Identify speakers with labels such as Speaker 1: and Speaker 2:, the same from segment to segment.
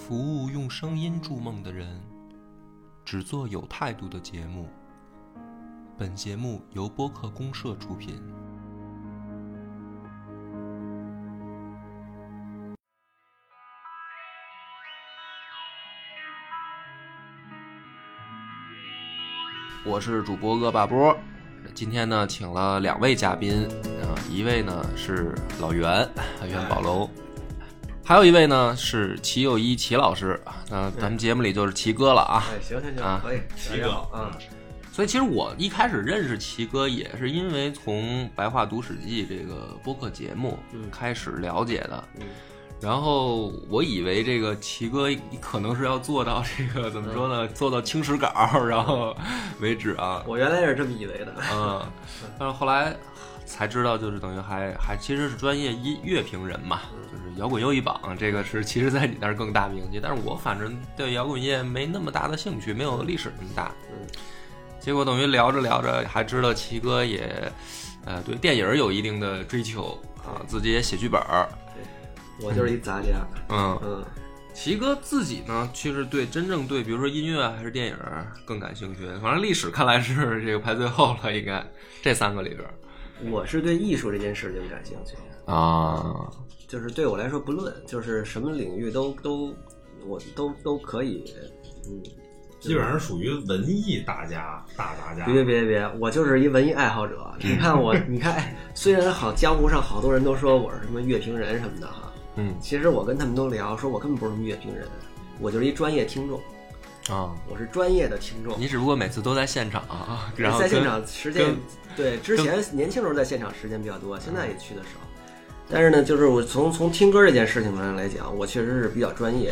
Speaker 1: 服务用声音筑梦的人，只做有态度的节目。本节目由播客公社出品。我是主播恶霸波，今天呢请了2位嘉宾一位呢是老袁宝龙，还有一位呢是齐友一齐老师，咱们节目里就是齐哥了啊。
Speaker 2: 行，可以，
Speaker 3: 齐哥
Speaker 1: 所以其实我一开始认识齐哥也是因为从《白话读史记》这个播客节目开始了解的。然后我以为这个齐哥可能是要做到这个怎么说呢，做到清史稿然后为止啊。
Speaker 2: 我原来也是这么以为的。
Speaker 1: 但是后来才知道，就是等于还其实是专业乐评人嘛，就是摇滚又一榜，这个是其实在你那儿更大名气，但是我反正对摇滚乐没那么大的兴趣，没有历史那么大。结果等于聊着聊着还知道齐哥也对电影有一定的追求啊，自己也写剧本。
Speaker 2: 我就是一杂家。
Speaker 1: 齐哥自己呢，其实真正对比如说音乐还是电影更感兴趣，反正历史看来是这个排最后了，应该这3个里边。
Speaker 2: 我是对艺术这件事情感兴趣
Speaker 1: 啊，
Speaker 2: 就是对我来说不论就是什么领域都可以。
Speaker 3: 基本上属于文艺大杂家。
Speaker 2: 别，我就是一文艺爱好者。你看我，你看，虽然江湖上好多人都说我是什么乐评人什么的哈，其实我跟他们都聊，说我根本不是什么乐评人，我就是一专业听众啊，我是专业的听众。
Speaker 1: 你只不过每次都在现场啊，然后
Speaker 2: 在现场时间对，之前年轻时候在现场时间比较多，现在也去的少。但是呢，就是我从听歌这件事情上来讲，我确实是比较专业。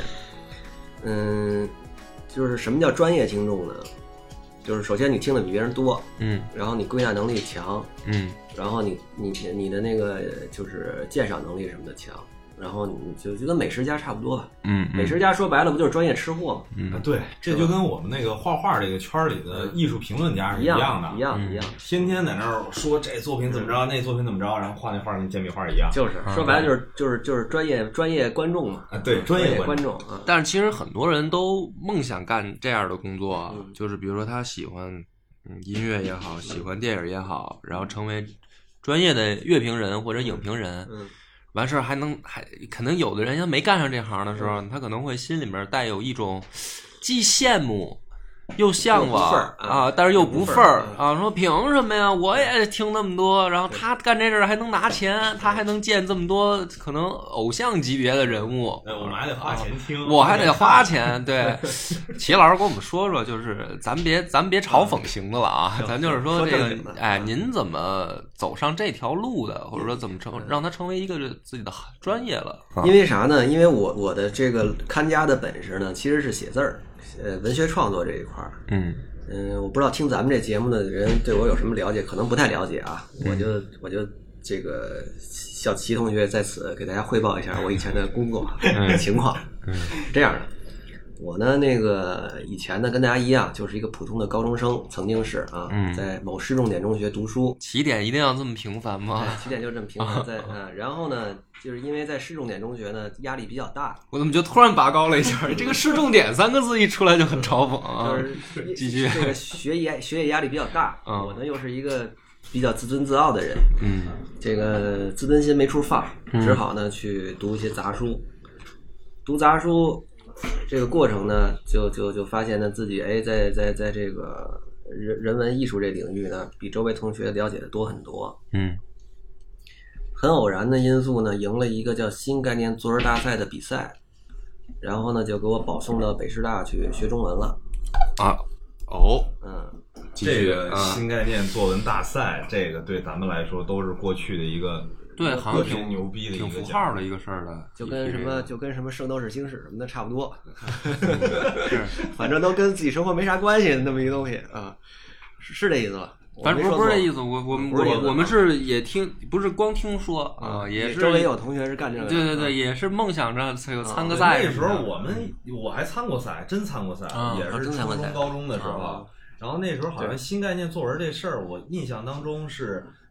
Speaker 2: 就是什么叫专业听众呢？就是首先你听的比别人多，然后你归纳能力强，然后你的那个就是鉴赏能力什么的强，然后你就跟美食家差不多吧。美食家说白了不就是专业吃货吗？
Speaker 3: 对，这就跟我们那个画画这个圈里的艺术评论家是一样的，
Speaker 2: 一样，
Speaker 3: 天天在那儿说这作品怎么着，那作品怎么着，然后画那画跟简笔画一样。
Speaker 2: 就是说白了就是专业观众嘛。
Speaker 3: 对，专业
Speaker 2: 观众啊。
Speaker 1: 但是其实很多人都梦想干这样的工作，就是比如说他喜欢音乐也好，喜欢电影也好，然后成为专业的乐评人或者影评人。完事儿还可能有的人要没干上这行的时候，他可能会心里面带有一种既羡慕又向往啊，但是又不忿儿啊，说凭什么呀？我也听那么多，然后他干这事儿还能拿钱，他还能见这么多可能偶像级别的人物，
Speaker 3: 我们还得花钱听，
Speaker 1: 我还得花钱。对，齐老师跟我们说，就是咱别嘲讽型的了啊，咱就是说这个，您怎么走上这条路的，或者说怎么让他成为一个自己的专业了？
Speaker 2: 因为啥呢？因为我的这个看家的本事呢，其实是写字儿。文学创作这一块我不知道听咱们这节目的人对我有什么了解，可能不太了解啊。我就这个小齐同学在此给大家汇报一下我以前的工作情况。这样的，我呢那个以前呢跟大家一样，就是一个普通的高中生，曾经是啊，在某市重点中学读书。
Speaker 1: 起点一定要这么平凡吗？
Speaker 2: 起点就这么平凡，然后呢，就是因为在市重点中学呢，压力比较大。
Speaker 1: 我怎么就突然拔高了一下？这个市重点3个字一出来就很嘲讽啊！
Speaker 2: 就是
Speaker 1: 继续，
Speaker 2: 这个学业压力比较大。我呢又是一个比较自尊自傲的人，这个自尊心没处放，只好呢去读一些杂书。读杂书这个过程呢，就发现呢自己在这个人文艺术这领域呢，比周围同学了解的多很多。很偶然的因素呢，赢了一个叫新概念作文大赛的比赛，然后呢就给我保送到北师大去学中文了。
Speaker 3: 这个新概念作文大赛，这个对咱们来说都是过去的一个好像挺牛逼的一个
Speaker 1: 挺符号的一个事儿了，
Speaker 2: 就跟什么圣斗士星矢什么的差不多。反正都跟自己生活没啥关系的那么一个东西啊，是这意思吧？
Speaker 1: 反正不是这意思，我们是也听，不是光听说啊，也是
Speaker 2: 周围有同学是干这个。
Speaker 1: 对，也是梦想着参个赛。
Speaker 3: 那时候我还参过赛，真参过赛，也是初中高中的时候。然后那时候好像新概念作文这事儿，我印象当中是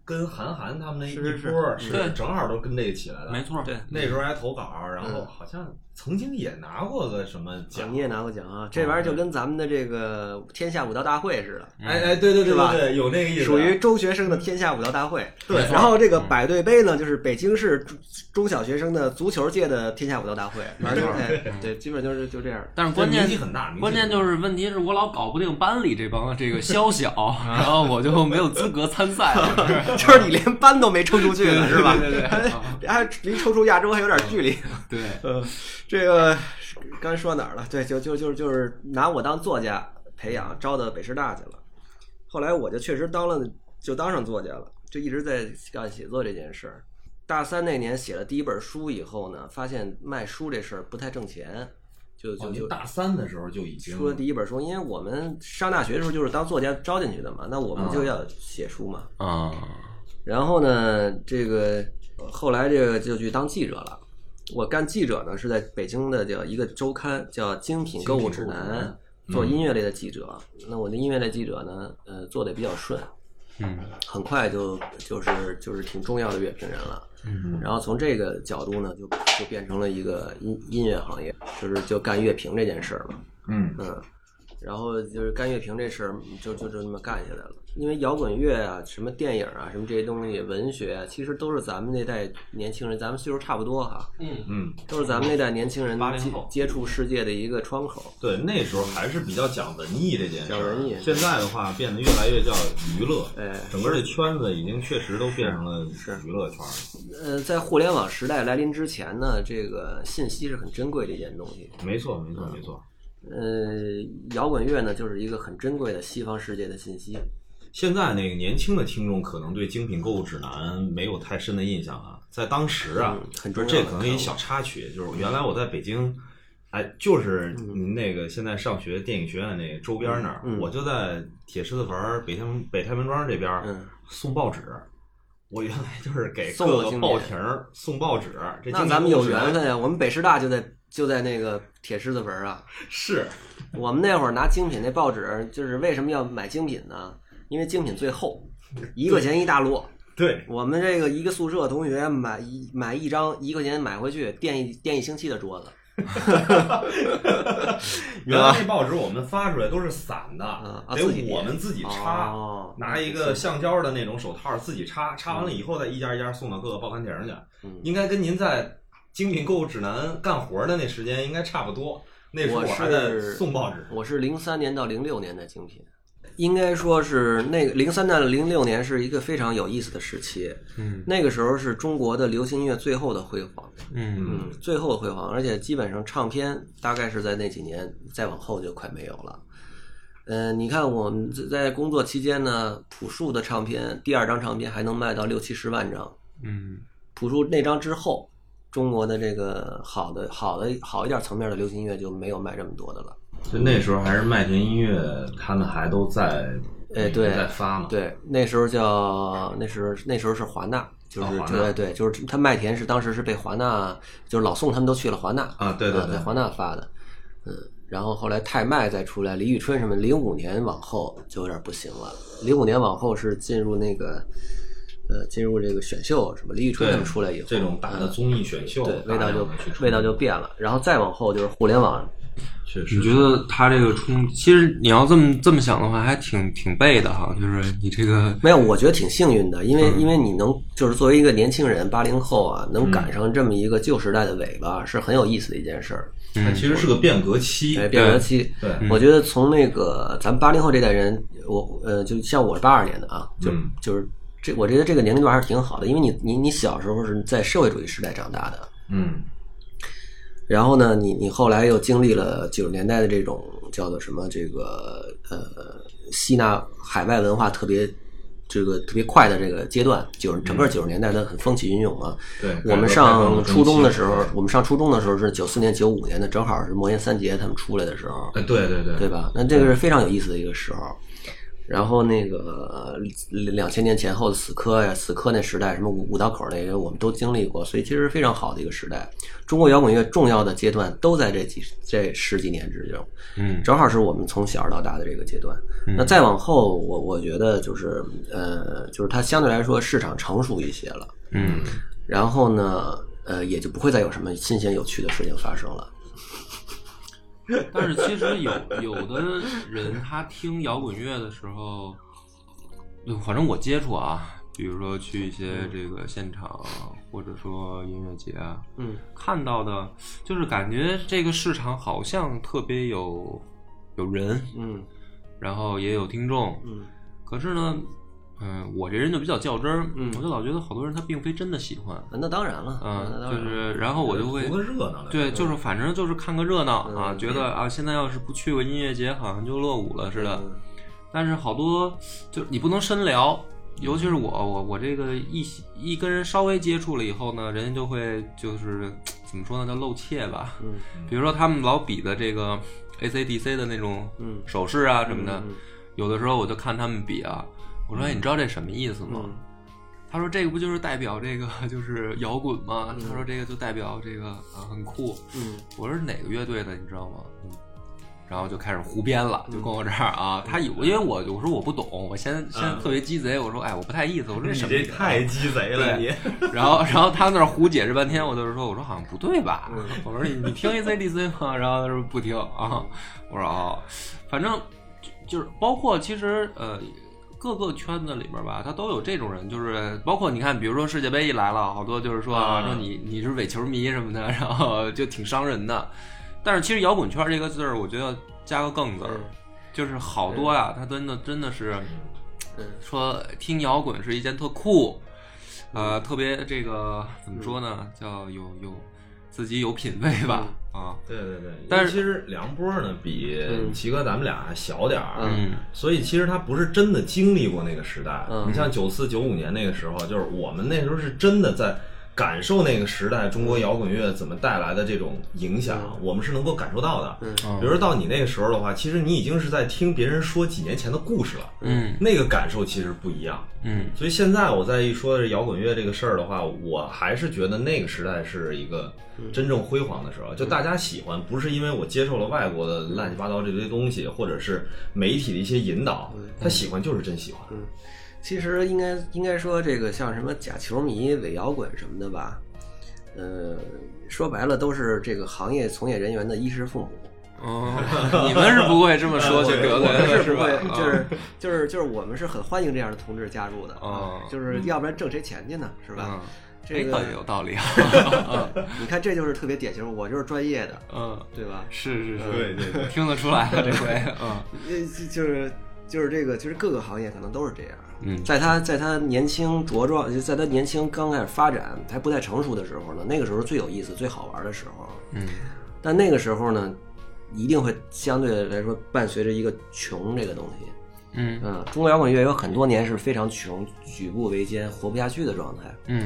Speaker 3: 跟韩寒他们那一波
Speaker 2: 是
Speaker 3: 正好都跟这个起来了，
Speaker 1: 没错。
Speaker 2: 对，
Speaker 3: 那时候还投稿，然后好像曾经也拿过个什么奖，
Speaker 2: 你也拿过奖啊？这玩意儿就跟咱们的这个天下武道大会似的，
Speaker 3: 哎，对，是吧？有那个意思，
Speaker 2: 属于中学生的天下武道大会。
Speaker 3: 对，
Speaker 2: 然后这个百对杯呢，就是北京市中小学生的足球界的天下武道大会。对，基本就这样。
Speaker 1: 但是关键
Speaker 3: 很大，
Speaker 1: 关键就是问题是我老搞不定班里这帮这个宵小，然后我就没有资格参赛，
Speaker 2: 就是你连班都没抽出去呢，是吧？
Speaker 1: 对，
Speaker 2: 还离抽出亚洲还有点距离。
Speaker 1: 对，
Speaker 2: 这个刚才说哪儿了？对，就是拿我当作家培养，招到北师大去了。后来我就确实当上作家了，就一直在干写作这件事儿。大3那年写了第一本书以后呢，发现卖书这事儿不太挣钱，就
Speaker 3: 大3的时候就已经
Speaker 2: 出了第一本书。因为我们上大学的时候就是当作家招进去的嘛，那我们就要写书嘛。然后呢，这个后来这个就去当记者了。我干记者呢是在北京的叫一个周刊叫《精品购物指南》，做音乐类的记者。那我的音乐类记者呢，做的也比较顺，很快就是挺重要的乐评人了。然后从这个角度呢，就变成了一个音乐行业，就干乐评这件事儿了。然后就是干乐评这事儿，就这么干下来了。因为摇滚乐啊、什么电影啊、什么这些东西、文学啊，其实都是咱们那代年轻人，咱们岁数差不多哈，都是咱们那代年轻人接触世界的一个窗口。
Speaker 3: 对，那时候还是比较讲文艺这件事，
Speaker 2: 讲文艺。
Speaker 3: 现在的话变得越来越叫娱乐，整个这圈子已经确实都变成了娱乐圈。
Speaker 2: 在互联网时代来临之前呢，这个信息是很珍贵的一件东西。
Speaker 3: 没错。
Speaker 2: 摇滚乐呢，就是一个很珍贵的西方世界的信息。
Speaker 3: 现在那个年轻的听众可能对精品购物指南没有太深的印象啊，在当时啊，这可能一小插曲，就是原来我在北京，就是您那个现在上学电影学院那个周边那儿，我就在铁狮子坟北太门庄这边送报纸。我原来就是给各个报亭送报纸，
Speaker 2: 那咱们有缘分呀！我们北师大就在那个铁狮子坟啊。
Speaker 3: 是
Speaker 2: 我们那会儿拿精品那报纸，就是为什么要买精品呢？因为精品最厚，1块钱一大摞。
Speaker 3: 对，
Speaker 2: 我们这个一个宿舍同学买一张1块钱买回去垫一星期的桌子。
Speaker 3: 原来那报纸我们发出来都是散的，得我们自己插，拿一个橡胶的那种手套自己插完了以后再一家一家送到各个报刊亭去。应该跟您在精品购物指南干活的那时间应该差不多。那时候我还在送报纸。
Speaker 2: 我是03年到06年的精品。应该说是那个03到06年是一个非常有意思的时期。那个时候是中国的流行音乐最后的辉煌。最后的辉煌，而且基本上唱片大概是在那几年，再往后就快没有了。你看我们在工作期间呢，朴树的唱片第2张唱片还能卖到60-70万张。朴树那张之后，中国的这个好一点层面的流行音乐就没有卖这么多的了。
Speaker 3: 就那时候还是麦田音乐，他们还都在在发嘛。
Speaker 2: 对，那时候是华纳，就是对，就是他麦田当时是被华纳，就是老宋他们都去了华纳
Speaker 3: 啊，对，
Speaker 2: 在华纳发的。然后后来泰麦再出来，李宇春什么，05年往后就有点不行了。05年往后是进入那个进入这个选秀什么，李宇春他们出来以后，
Speaker 3: 这种大的综艺选秀，
Speaker 2: 对，味道就变了。然后再往后就是互联网。
Speaker 3: 确实，
Speaker 1: 你觉得他这个其实你要这么想的话，还挺背的哈。就是你这个
Speaker 2: 没有，我觉得挺幸运的，因为你能就是作为一个年轻人，80后啊，能赶上这么一个旧时代的尾巴，是很有意思的一件事儿。
Speaker 3: 它其实是个变革期，
Speaker 2: 变革期。对，我觉得从那个咱们80后这代人，就像我是82年的啊，就是我觉得这个年龄段还是挺好的，因为你小时候是在社会主义时代长大的。然后呢，你后来又经历了90年代的这种叫做什么这个吸纳海外文化特别快的这个阶段，整个90年代的很风起云涌嘛。
Speaker 3: 对，
Speaker 2: 我们上初中的时候是94年95年的，正好是魔岩3杰他们出来的时候。
Speaker 3: 对，
Speaker 2: 对吧？那这个是非常有意思的一个时候。 然后那个2000年前后的死磕呀，死磕那时代，什么五道口那个我们都经历过，所以其实非常好的一个时代。中国摇滚乐重要的阶段都在这十几年之中，正好是我们从小到大的这个阶段。那再往后，我觉得就是它相对来说市场成熟一些了，然后呢，也就不会再有什么新鲜有趣的事情发生了。
Speaker 1: 但是其实有的人他听摇滚乐的时候，反正我接触啊，比如说去一些这个现场，或者说音乐节啊，看到的就是感觉这个市场好像特别有人，然后也有听众，可是呢。我这人就比较较真儿，我就老觉得好多人他并非真的喜欢。
Speaker 2: 那当然了，
Speaker 1: 就是，然后我就会
Speaker 3: 图个热闹，
Speaker 1: 对，就是反正就是看个热闹啊，觉得啊，现在要是不去过音乐节，好像就落伍了似的。但是好多就你不能深聊，尤其是我这个一跟人稍微接触了以后呢，人家就会就是怎么说呢，叫露怯吧。比如说他们老比的这个 AC/DC 的那种手势啊什么的，有的时候我就看他们比啊。我说你知道这什么意思吗？他说这个不就是代表这个就是摇滚吗？他说这个就代表这个很酷。我说哪个乐队的你知道吗？然后就开始胡编了，就跟我这儿啊，他因为我说我不懂，我先特别鸡贼，我说我不太意思，我说什么？
Speaker 3: 你这太鸡贼了你。
Speaker 1: 然后他那儿胡解释半天，我就是说好像不对吧？我说你听 AC/DC 吗？然后他说不听啊。我说反正就是包括其实各个圈子里边吧，他都有这种人，就是包括你看，比如说世界杯一来了，好多就是说说你是伪球迷什么的，然后就挺伤人的。但是其实摇滚圈这个字儿，我觉得加个更字儿，就是好多呀，他真的是说听摇滚是一件特酷，特别这个怎么说呢，叫有自己有品位吧。
Speaker 3: 对，但是其实梁波呢比齐哥咱们俩还小点儿，所以其实他不是真的经历过那个时代。你像94、95年那个时候，就是我们那时候是真的在感受那个时代中国摇滚乐怎么带来的这种影响，我们是能够感受到的。比如说到你那个时候的话，其实你已经是在听别人说几年前的故事了，那个感受其实不一样。所以现在我再一说摇滚乐这个事儿的话，我还是觉得那个时代是一个真正辉煌的时候。就大家喜欢，不是因为我接受了外国的乱七八糟这堆东西，或者是媒体的一些引导，他喜欢就是真喜欢。
Speaker 2: 其实应该说这个像什么假球迷、伪摇滚什么的吧，说白了都是这个行业从业人员的衣食父母。
Speaker 1: 你们是不会这么说去得罪，
Speaker 2: 是不会，就是我们是很欢迎这样的同志加入的，就是要不然挣谁钱去呢，是吧？这个
Speaker 1: 也有道理啊。
Speaker 2: 你看，这就是特别典型，我就是专业的，对吧？
Speaker 1: 是，
Speaker 3: 对，
Speaker 1: 听得出来了这回，
Speaker 2: 就是这个，其实各个行业可能都是这样。在他年轻茁壮，在他年轻刚开始发展还不太成熟的时候呢，那个时候最有意思、最好玩的时候。但那个时候呢，一定会相对来说伴随着一个穷这个东西。中国摇滚乐有很多年是非常穷、举步维艰、活不下去的状态。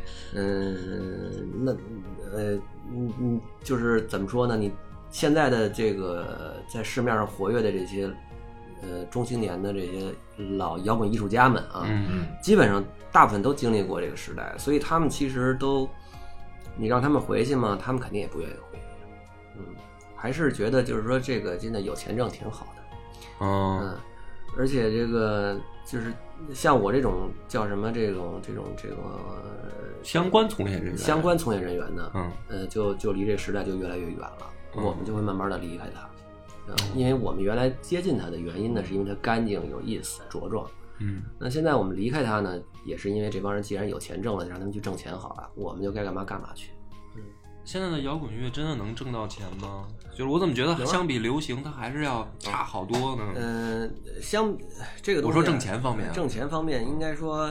Speaker 2: 就是怎么说呢？你现在的这个在市面上活跃的这些中青年的这些老摇滚艺术家们啊，基本上大部分都经历过这个时代，所以他们其实都，你让他们回去嘛，他们肯定也不愿意回去。还是觉得就是说这个真的有钱挣挺好的。而且这个就是像我这种叫什么这种
Speaker 1: 相关从业人员呢，就离这个时代就越来越远了，我们就会慢慢的离开它。因为我们原来接近它的原因呢，是因为它干净、有意思、茁壮。那现在我们离开它呢，也是因为这帮人既然有钱挣了，就让他们去挣钱好了，我们就该干嘛干嘛去。 现在的摇滚乐真的能挣到钱吗？就是我怎么觉得相比流行，它还是要差好多呢？
Speaker 2: 这个东西
Speaker 1: 我说挣钱方面，
Speaker 2: 挣钱方面应该说，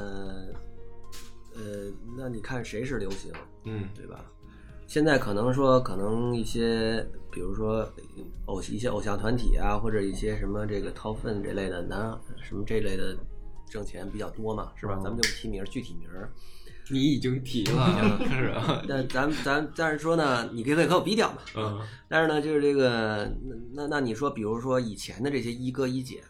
Speaker 2: 那你看谁是流行？对吧？现在可能一些，比如说一些偶像团体啊，或者一些什么这个掏粪这类的什么这类的挣钱比较多嘛，是吧？咱们就不提名，具体名。
Speaker 1: 你已经提了，是啊。
Speaker 2: 但是说呢，你可以给我逼掉嘛。但是呢，就是这个，那你说，比如说以前的这些一哥一姐们，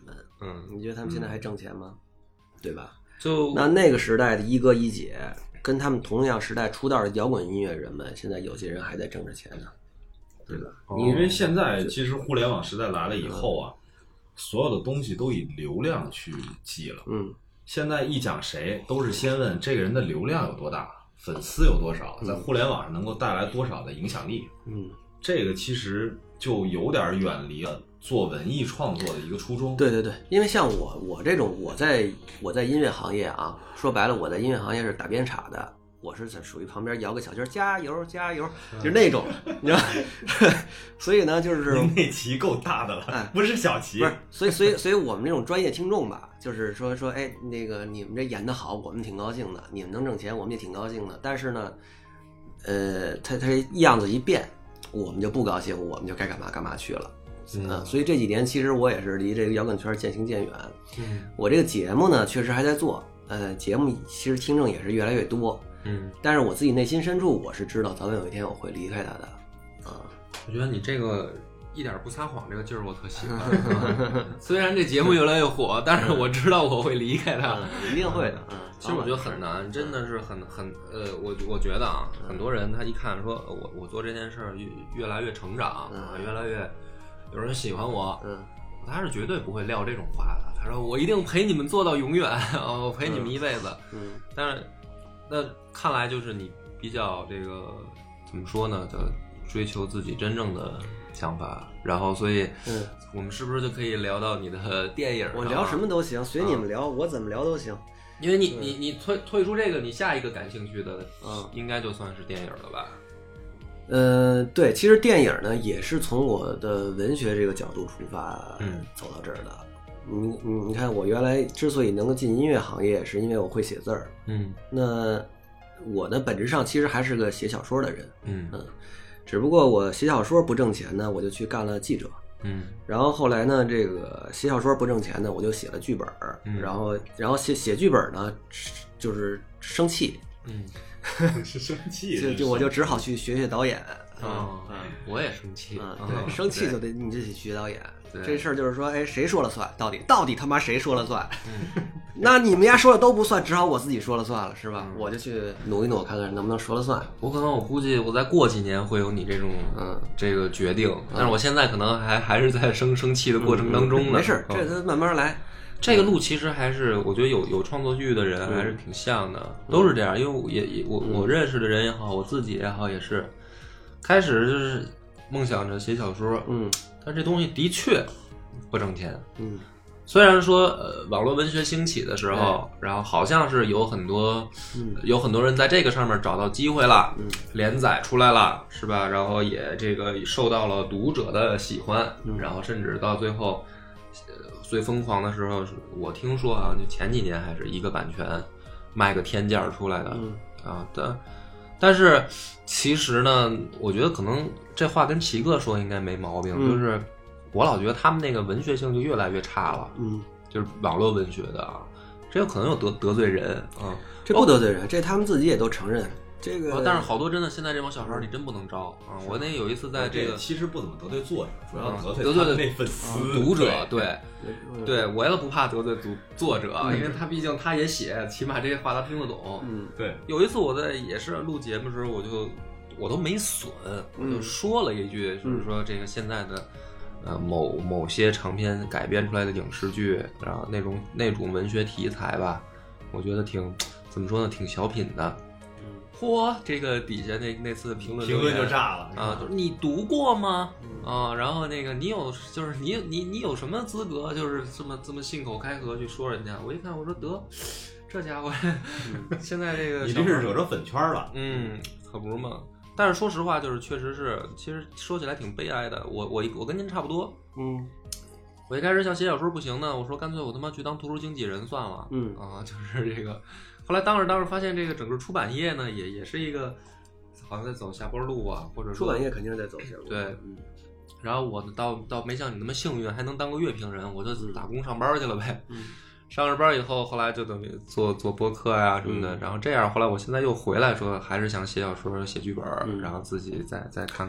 Speaker 2: 你觉得他们现在还挣钱吗？对吧？
Speaker 1: 就
Speaker 2: 那个时代的一哥一姐，跟他们同样时代出道的摇滚音乐人们，现在有些人还在挣着钱呢，对吧？
Speaker 3: 因为现在其实互联网时代来了以后啊，所有的东西都以流量去记了。现在一讲谁，都是先问这个人的流量有多大，粉丝有多少，在互联网上能够带来多少的影响力。这个其实就有点远离了做文艺创作的一个初衷。
Speaker 2: 对对对，因为像我这种，我在音乐行业啊，说白了，我在音乐行业是打边场的。我是属于旁边摇个小曲儿，加油加油，就是那种，你知道，所以呢，就是
Speaker 3: 您那旗够大的了，不是小旗，
Speaker 2: 不是，所以我们这种专业听众吧，就是说，哎，那个你们这演得好，我们挺高兴的，你们能挣钱，我们也挺高兴的，但是呢，他样子一变，我们就不高兴，我们就该干嘛干嘛去了。所以这几年其实我也是离这个摇滚圈渐行渐远。我这个节目呢，确实还在做，节目其实听众也是越来越多。但是我自己内心深处，我是知道早晚有一天我会离开他的。
Speaker 1: 我觉得你这个一点不撒谎这个劲儿我特喜欢。虽然这节目越来越火，但是我知道我会离开他，
Speaker 2: 一定会的。
Speaker 1: 其实我觉得很难，真的是很我觉得啊，很多人他一看说我做这件事儿越来越成长，越来越有人喜欢我，他是绝对不会撂这种话的。他说我一定陪你们做到永远，我陪你们一辈子。但是那看来就是你比较这个怎么说呢？的追求自己真正的想法，然后所以，我们是不是就可以聊到你的电影？
Speaker 2: 我聊什么都行，随你们聊，我怎么聊都行。
Speaker 1: 因为你退出这个，你下一个感兴趣的，应该就算是电影了吧？
Speaker 2: 对，其实电影呢也是从我的文学这个角度出发，走到这儿的。你看，我原来之所以能够进音乐行业，是因为我会写字儿。那我呢本质上其实还是个写小说的人。只不过我写小说不挣钱呢，我就去干了记者。然后后来呢，这个写小说不挣钱呢，我就写了剧本。然后写剧本呢，就是生气。
Speaker 3: 是生气，
Speaker 2: 就我就只好去学导演。
Speaker 1: 我也生气。
Speaker 2: 对，生气就得你就得学导演。这事儿就是说，哎，谁说了算？到底他妈谁说了算？那你们家说了都不算，只好我自己说了算了，是吧？我就去努一努，看看能不能说了算。
Speaker 1: 我估计我再过几年会有你这种这个决定，但是我现在可能还是在生气的过程当中呢。
Speaker 2: 没事，这都慢慢来。
Speaker 1: 这个路其实还是我觉得有创作欲的人还是挺像的，都是这样。因为我认识的人也好，我自己也好，也是开始就是梦想着写小说。但这东西的确不挣钱。虽然说网络文学兴起的时候，然后好像是有很多人在这个上面找到机会了，连载出来了，是吧？然后也这个受到了读者的喜欢，然后甚至到最后最疯狂的时候，我听说啊，就前几年还是一个版权卖个天价出来的。但是其实呢，我觉得可能这话跟齐哥说应该没毛病，就是我老觉得他们那个文学性就越来越差了。就是网络文学的啊，这个可能有得罪人啊。
Speaker 2: 这不得罪人，这他们自己也都承认。这个，
Speaker 1: 但是好多真的现在这帮小孩你真不能招啊！我那有一次在这个
Speaker 3: 其实不怎么得罪作者，主要得
Speaker 1: 罪的
Speaker 3: 那粉丝
Speaker 1: 读者。对，我也不怕得罪作者，因为他毕竟他也写，起码这些话他听得懂。
Speaker 3: 对。
Speaker 1: 有一次我在也是录节目的时候，我都没损，我就说了一句，就是说这个现在的某些长篇改编出来的影视剧，然后那种文学题材吧，我觉得怎么说呢，挺小品的。这个底下那次评论
Speaker 3: 就炸了
Speaker 1: 啊！就是你读过吗？然后那个你有有什么资格，就是这么信口开河去说人家？我一看，我说得，这家伙现在这个
Speaker 3: 你这是惹着粉圈了。
Speaker 1: 可不是嘛。但是说实话，就是确实是，其实说起来挺悲哀的。我跟您差不多。我一开始想写小说不行呢，我说干脆我他妈去当图书经纪人算了。就是这个。后来当时发现这个整个出版业呢，也是一个好像在走下坡路啊，或者说
Speaker 2: 出版业肯定是在走下坡路。
Speaker 1: 对。然后我倒没像你那么幸运，还能当个乐评人，我就打工上班去了呗。上了班以后，后来就等于做播客呀什么的。然后这样，后来我现在又回来说，还是想写小说、写剧本，然后自己再看看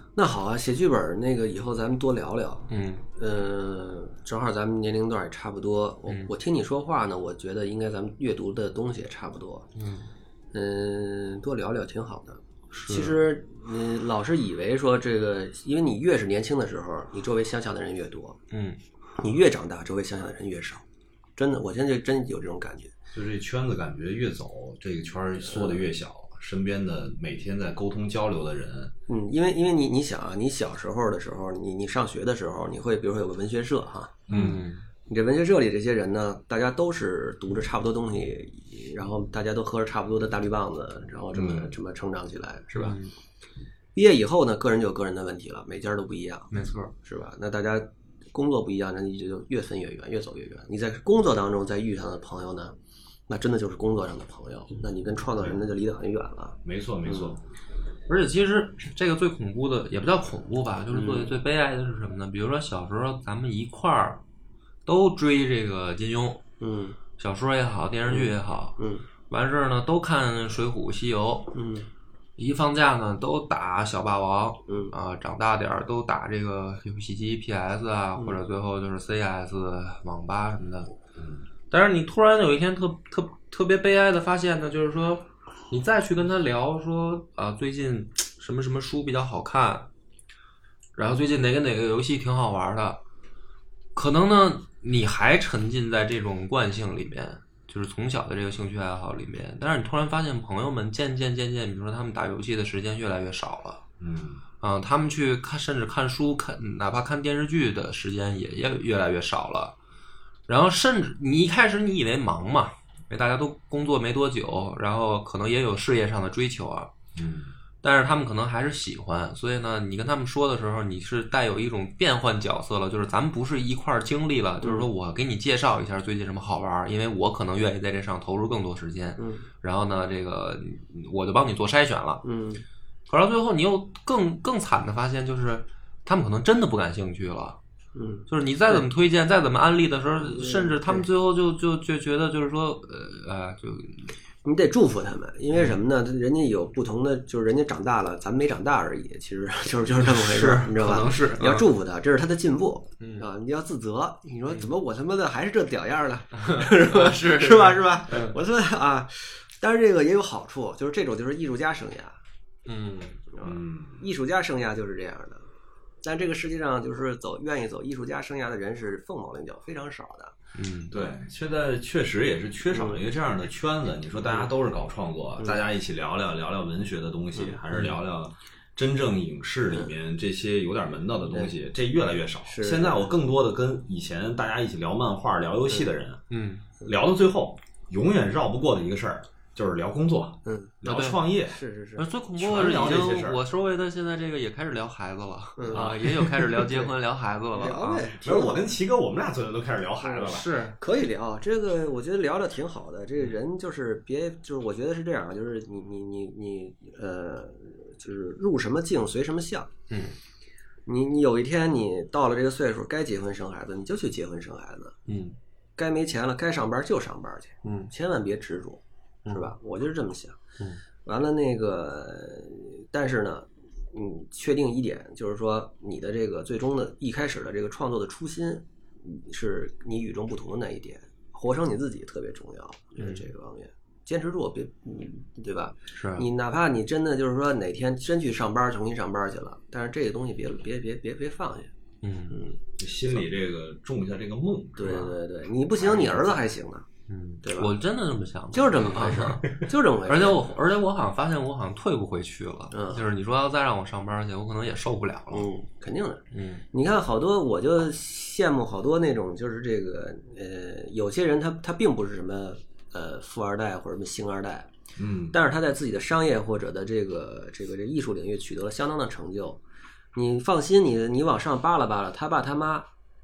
Speaker 2: 那好啊，写剧本那个以后咱们多聊聊。正好咱们年龄段也差不多。我听你说话呢，我觉得应该咱们阅读的东西也差不多。多聊聊挺好的。其实老是以为说这个，因为你越是年轻的时候，你周围相像的人越多。你越长大，周围相像的人越少。真的，我现在就真有这种感觉。
Speaker 3: 就这圈子感觉越走，这个圈缩得越小。身边的每天在沟通交流的人，
Speaker 2: 因为你想啊，你小时候的时候，你上学的时候，你会比如说有个文学社哈，你这文学社里这些人呢，大家都是读着差不多东西，然后大家都喝着差不多的大绿棒子，然后这么成长起来，是吧？毕业以后呢，个人就有个人的问题了，每家都不一样，
Speaker 1: 没错，
Speaker 2: 是吧？那大家工作不一样，那你就越分越远，越走越远。你在工作当中再遇上的朋友呢？那真的就是工作上的朋友，那你跟创造人那就离得很远了。
Speaker 3: 没错没错。
Speaker 1: 而且其实这个最恐怖的也不叫恐怖吧，就是最悲哀的是什么呢？比如说小时候咱们一块儿都追这个金庸，小说也好，电视剧也好，完事儿呢都看水浒西游，一放假呢都打小霸王，长大点儿都打这个游戏机 PS 啊，或者最后就是 CS 网吧什么的。但是你突然有一天特别悲哀的发现呢，就是说你再去跟他聊说最近什么什么书比较好看，然后最近哪个游戏挺好玩的，可能呢你还沉浸在这种惯性里面，就是从小的这个兴趣爱好里面，但是你突然发现朋友们渐渐，比如说他们打游戏的时间越来越少了，他们去甚至看书哪怕看电视剧的时间也越来越少了。然后甚至你一开始你以为忙嘛，因为大家都工作没多久，然后可能也有事业上的追求啊，但是他们可能还是喜欢，所以呢，你跟他们说的时候，你是带有一种变换角色了，就是咱们不是一块儿经历了，就是说我给你介绍一下最近什么好玩，因为我可能愿意在这上投入更多时间，然后呢，这个我就帮你做筛选了，可到最后你又更惨的发现，就是他们可能真的不感兴趣了。就是你再怎么推荐，再怎么安利的时候，甚至他们最后就觉得就是说，就
Speaker 2: 你得祝福他们，因为什么呢？人家有不同的，就是人家长大了，咱们没长大而已，其实就是这么回事，你知道吧？
Speaker 1: 可能是
Speaker 2: 你要祝福他，这是他的进步啊！你要自责，你说怎么我他妈的还是这屌样呢？是吧？是吧？我说啊，但是这个也有好处，就是这种就是艺术家生涯，艺术家生涯就是这样的。但这个世界上就是愿意走艺术家生涯的人是凤毛麟角，非常少的。
Speaker 3: 对，现在确实也是缺少一个这样的圈子。你说大家都是搞创作，大家一起聊聊文学的东西，还是聊聊真正影视里面这些有点门道的东西，这越来越少。现在我更多的跟以前大家一起聊漫画、聊游戏的人，聊到最后永远绕不过的一个事儿。就是聊工作，聊创业，
Speaker 2: 是。
Speaker 1: 最恐怖的是，已经我周围的现在这个也开始聊孩子了，也有开始聊结婚、聊孩子了
Speaker 2: 聊呗。
Speaker 3: 其实我跟齐哥，我们俩最近都开始聊孩子了，
Speaker 2: 是可以聊这个，我觉得聊的挺好的。这个人就是就是我觉得是这样，就是你就是入什么境随什么相。你有一天你到了这个岁数，该结婚生孩子，你就去结婚生孩子。该没钱了，该上班就上班去。千万别执着。是吧？我就是这么想。完了那个，但是呢，确定一点，就是说你的这个最终的一开始的这个创作的初心，是你与众不同的那一点，活成你自己特别重要。就是这个方面，坚持住，别，对吧？
Speaker 1: 是
Speaker 2: 你哪怕你真的就是说哪天真去上班，重新上班去了，但是这个东西别放下。
Speaker 3: 心里这个种下这个梦。
Speaker 2: 对，你不行，你儿子还行呢。对吧？
Speaker 1: 我真的这么想，
Speaker 2: 就是这么回事，就这么回事。
Speaker 1: 而且我好像发现我好像退不回去了。就是你说要再让我上班去，我可能也受不了了。
Speaker 2: 肯定的。你看好多，我就羡慕好多那种，就是这个有些人他并不是什么富二代或者什么星二代，但是他在自己的商业或者的这个艺术领域取得了相当的成就。你放心，你往上扒拉扒拉，他爸他妈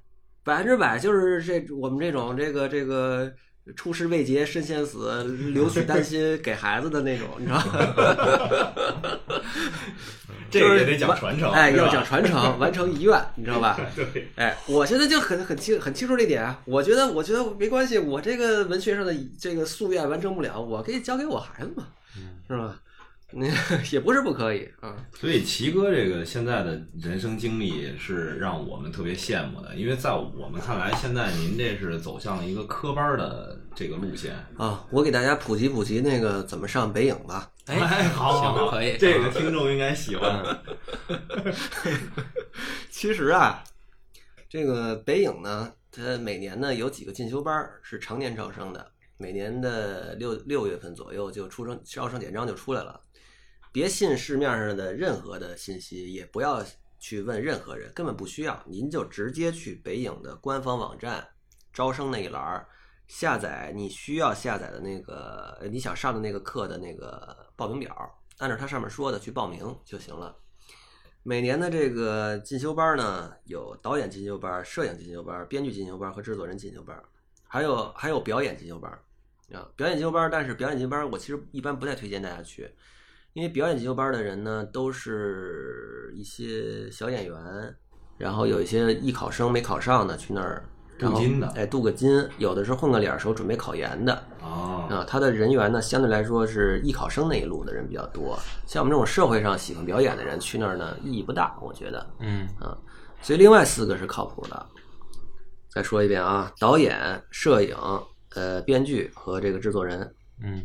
Speaker 2: 100%就是我们这种这个。出师未捷身先死，留取丹心给孩子的那种，你知道吗？
Speaker 3: 这个也得讲传承，
Speaker 2: 要讲传承，完成遗愿，你知道吧？
Speaker 3: 对，
Speaker 2: 我现在就很清楚这点。我觉得没关系，我这个文学上的这个夙愿完成不了，我可以交给我孩子嘛，是吧？ 也不是不可以啊。
Speaker 3: 所以齐哥这个现在的人生经历是让我们特别羡慕的，因为在我们看来，现在您这是走向了一个科班的这个路线
Speaker 2: 啊。我给大家普及那个怎么上北影吧。
Speaker 3: 好，
Speaker 1: 可以，
Speaker 3: 这个听众应该喜欢。
Speaker 2: 其实啊，这个北影呢，它每年呢有几个进修班是常年招生的，每年的六月份左右就招生简章就出来了。别信市面上的任何的信息，也不要去问任何人，根本不需要，您就直接去北影的官方网站招生那一栏下载你需要下载的那个你想上的那个课的那个报名表，按照它上面说的去报名就行了。每年的这个进修班呢，有导演进修班、摄影进修班、编剧进修班和制作人进修班，还有表演进修班啊。表演进修班，但是表演进修班我其实一般不太推荐大家去，因为表演进修班的人呢，都是一些小演员，然后有一些艺考生没考上的去那儿
Speaker 3: 镀金的，
Speaker 2: 镀个金，有的是混个脸时候准备考研的他的人员呢相对来说是艺考生那一路的人比较多，像我们这种社会上喜欢表演的人去那儿呢意义不大，我觉得所以另外4个是靠谱的。再说一遍啊，导演、摄影、编剧和这个制作人。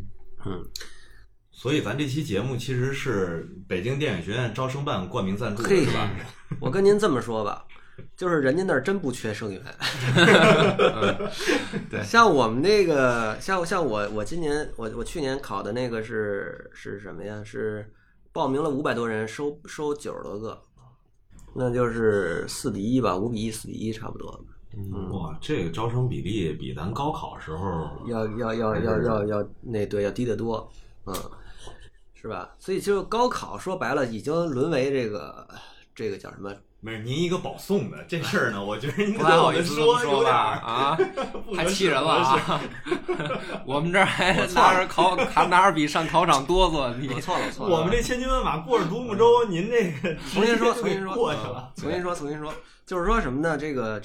Speaker 3: 所以咱这期节目其实是北京电影学院招生办冠名赞助的是吧？
Speaker 2: 我跟您这么说吧，就是人家那儿真不缺生源。
Speaker 1: 对，
Speaker 2: 像我们那个，像我今年我去年考的那个是什么呀？是报名了500多人，收90多个，那就是4比1吧，5比1、4比1差不多。
Speaker 3: 哇，这个招生比例比咱高考时候
Speaker 2: 要要低得多，是吧？所以就高考说白了已经沦为这个叫什么？
Speaker 3: 没是您一个保送的这事儿呢，我觉得您
Speaker 1: 不太好意思
Speaker 3: 说
Speaker 1: 吧啊，太气人了啊！我们这儿还拿着笔上考场哆嗦，你
Speaker 2: 错了，
Speaker 3: 我们这千军万马过着独木舟，您这个
Speaker 2: 重新说
Speaker 3: 过去了，
Speaker 2: 重新说，就是说什么呢？这个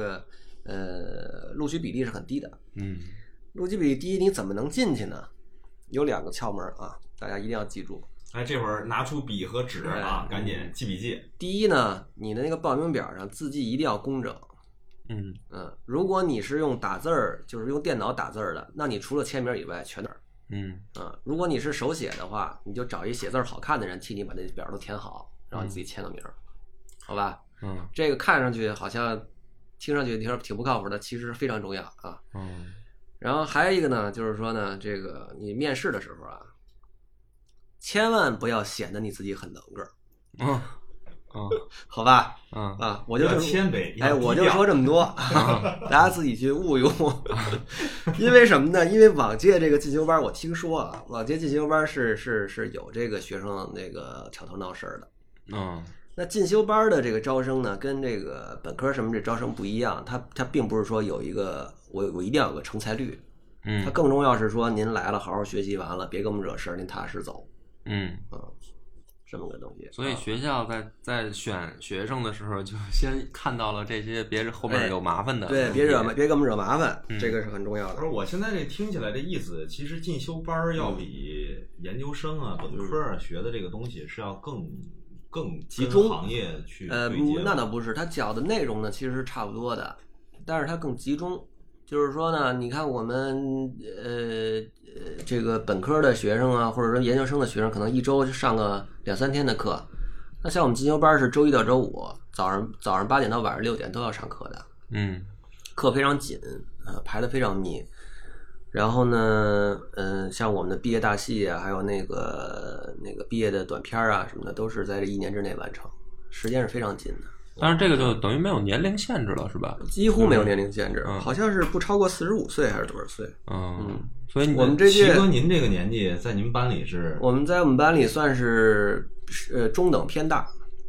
Speaker 2: 录取比例是很低的，录取比例低，你怎么能进去呢？有2个窍门啊，大家一定要记住。
Speaker 3: 这会儿拿出笔和纸啊，赶紧记笔记。
Speaker 2: 第一呢，你的那个报名表上字迹一定要工整。如果你是用打字儿，就是用电脑打字儿的，那你除了签名以外全如果你是手写的话，你就找一写字好看的人替你把那表都填好，然后你自己签个名，好吧？这个看上去好像听上去挺不靠谱的，其实非常重要啊。然后还有一个呢，就是说呢，这个你面试的时候啊，千万不要显得你自己很能个好吧？我就
Speaker 3: 谦卑，
Speaker 2: 我就说这么多，大家自己去悟一悟。因为什么呢？因为往届这个进修班，我听说啊，往届进修班是有这个学生那个挑头闹事儿的。那进修班的这个招生呢，跟这个本科什么这招生不一样，它并不是说有一个我一定要有个成才率，它更重要是说您来了好好学习完了，别给我们惹事儿，您踏实走。这么个东西。
Speaker 1: 所以学校在选学生的时候，就先看到了这些别人后面有麻烦的，
Speaker 2: 对，别给我们惹麻烦，这个是很重要的。
Speaker 3: 不是，我现在这听起来这意思，其实进修班要比研究生啊、本科啊学的这个东西是要更
Speaker 2: 集中
Speaker 3: 行业去
Speaker 2: 那倒不是，他讲的内容呢其实是差不多的，但是它更集中。就是说呢，你看我们这个本科的学生啊，或者说研究生的学生，可能一周就上个2-3天的课。那像我们进修班是周一到周五，早上8点到晚上6点都要上课的。课非常紧排得非常密。然后呢，像我们的毕业大戏啊，还有那个毕业的短片啊什么的，都是在这1年之内完成，时间是非常紧的。
Speaker 1: 但是这个就等于没有年龄限制了，是吧？
Speaker 2: 几乎没有年龄限制，好像是不超过45岁还是多少岁？
Speaker 1: 所以
Speaker 2: 我们这届，
Speaker 3: 齐哥，您这个年纪在您班里是？
Speaker 2: 我们在我们班里算是中等偏大，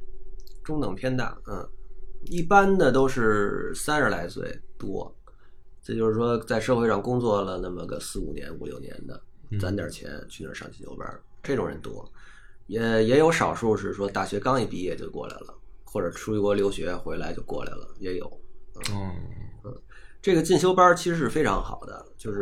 Speaker 2: 一般的都是30来岁多，这就是说在社会上工作了那么个4-5年、5-6年的，攒点钱去那儿上进修班，这种人多，也有少数是说大学刚一毕业就过来了。或者出国留学回来就过来了，也有。这个进修班其实是非常好的，就是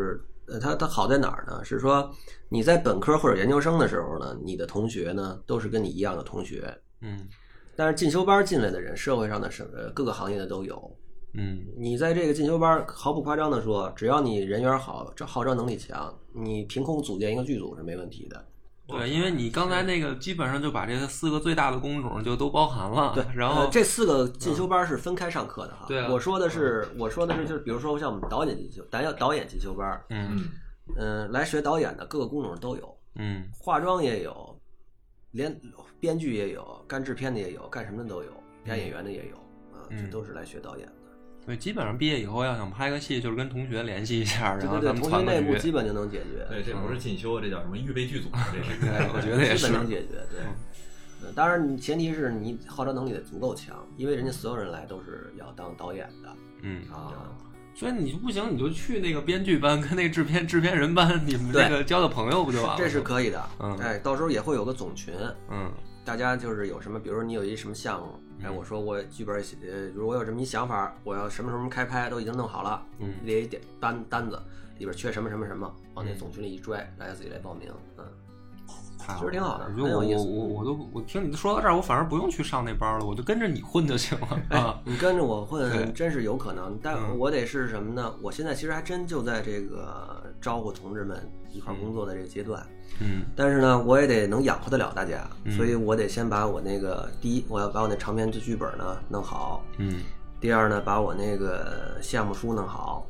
Speaker 2: 它好在哪儿呢？是说你在本科或者研究生的时候呢，你的同学呢都是跟你一样的同学，但是进修班进来的人，社会上的各个行业的都有，你在这个进修班毫不夸张的说，只要你人缘好，号召能力强，你凭空组建一个剧组是没问题的。
Speaker 1: 对，因为你刚才那个基本上就把这4个最大的工种就都包含了。
Speaker 2: 对，
Speaker 1: 然后
Speaker 2: 这4个进修班是分开上课的哈。
Speaker 1: 对啊，
Speaker 2: 我说的是就是比如说像我们导演进修班，来学导演的各个工种都有，化妆也有，连编剧也有，干制片的也有，干什么的都有，干演员的也有啊，这都是来学导演的。
Speaker 1: 对，基本上毕业以后要想拍个戏，就是跟同学联系一下，然后咱们
Speaker 2: 同学内部基本就能解决。
Speaker 3: 对，这不是进修，这叫什么预备剧组？这是，
Speaker 1: 我觉得也是
Speaker 2: 基本能解决。对，当然前提是你号召能力得足够强，因为人家所有人来都是要当导演的。
Speaker 1: 所以你不行，你就去那个编剧班跟那个制片人班，你们那个交个朋友不就完了？
Speaker 2: 这是可以的。到时候也会有个总群。大家就是有什么，比如说你有一什么项目，我说我剧本写，比如我有这么一想法，我要什么什么开拍都已经弄好了，列一点单子，里边缺什么什么什么，往那总群里一拽，大家自己来报名。其实挺好的，很有意思。
Speaker 1: 我听你说到这儿，我反而不用去上那班了，我就跟着你混就行了啊。
Speaker 2: 你跟着我混真是有可能，但我得是什么呢？我现在其实还真就在这个招呼同志们一块工作的这个阶段。但是呢，我也得能养活得了大家，所以我得先把我那个第一，我要把我那长篇剧本呢弄好。第二呢，把我那个项目书弄好。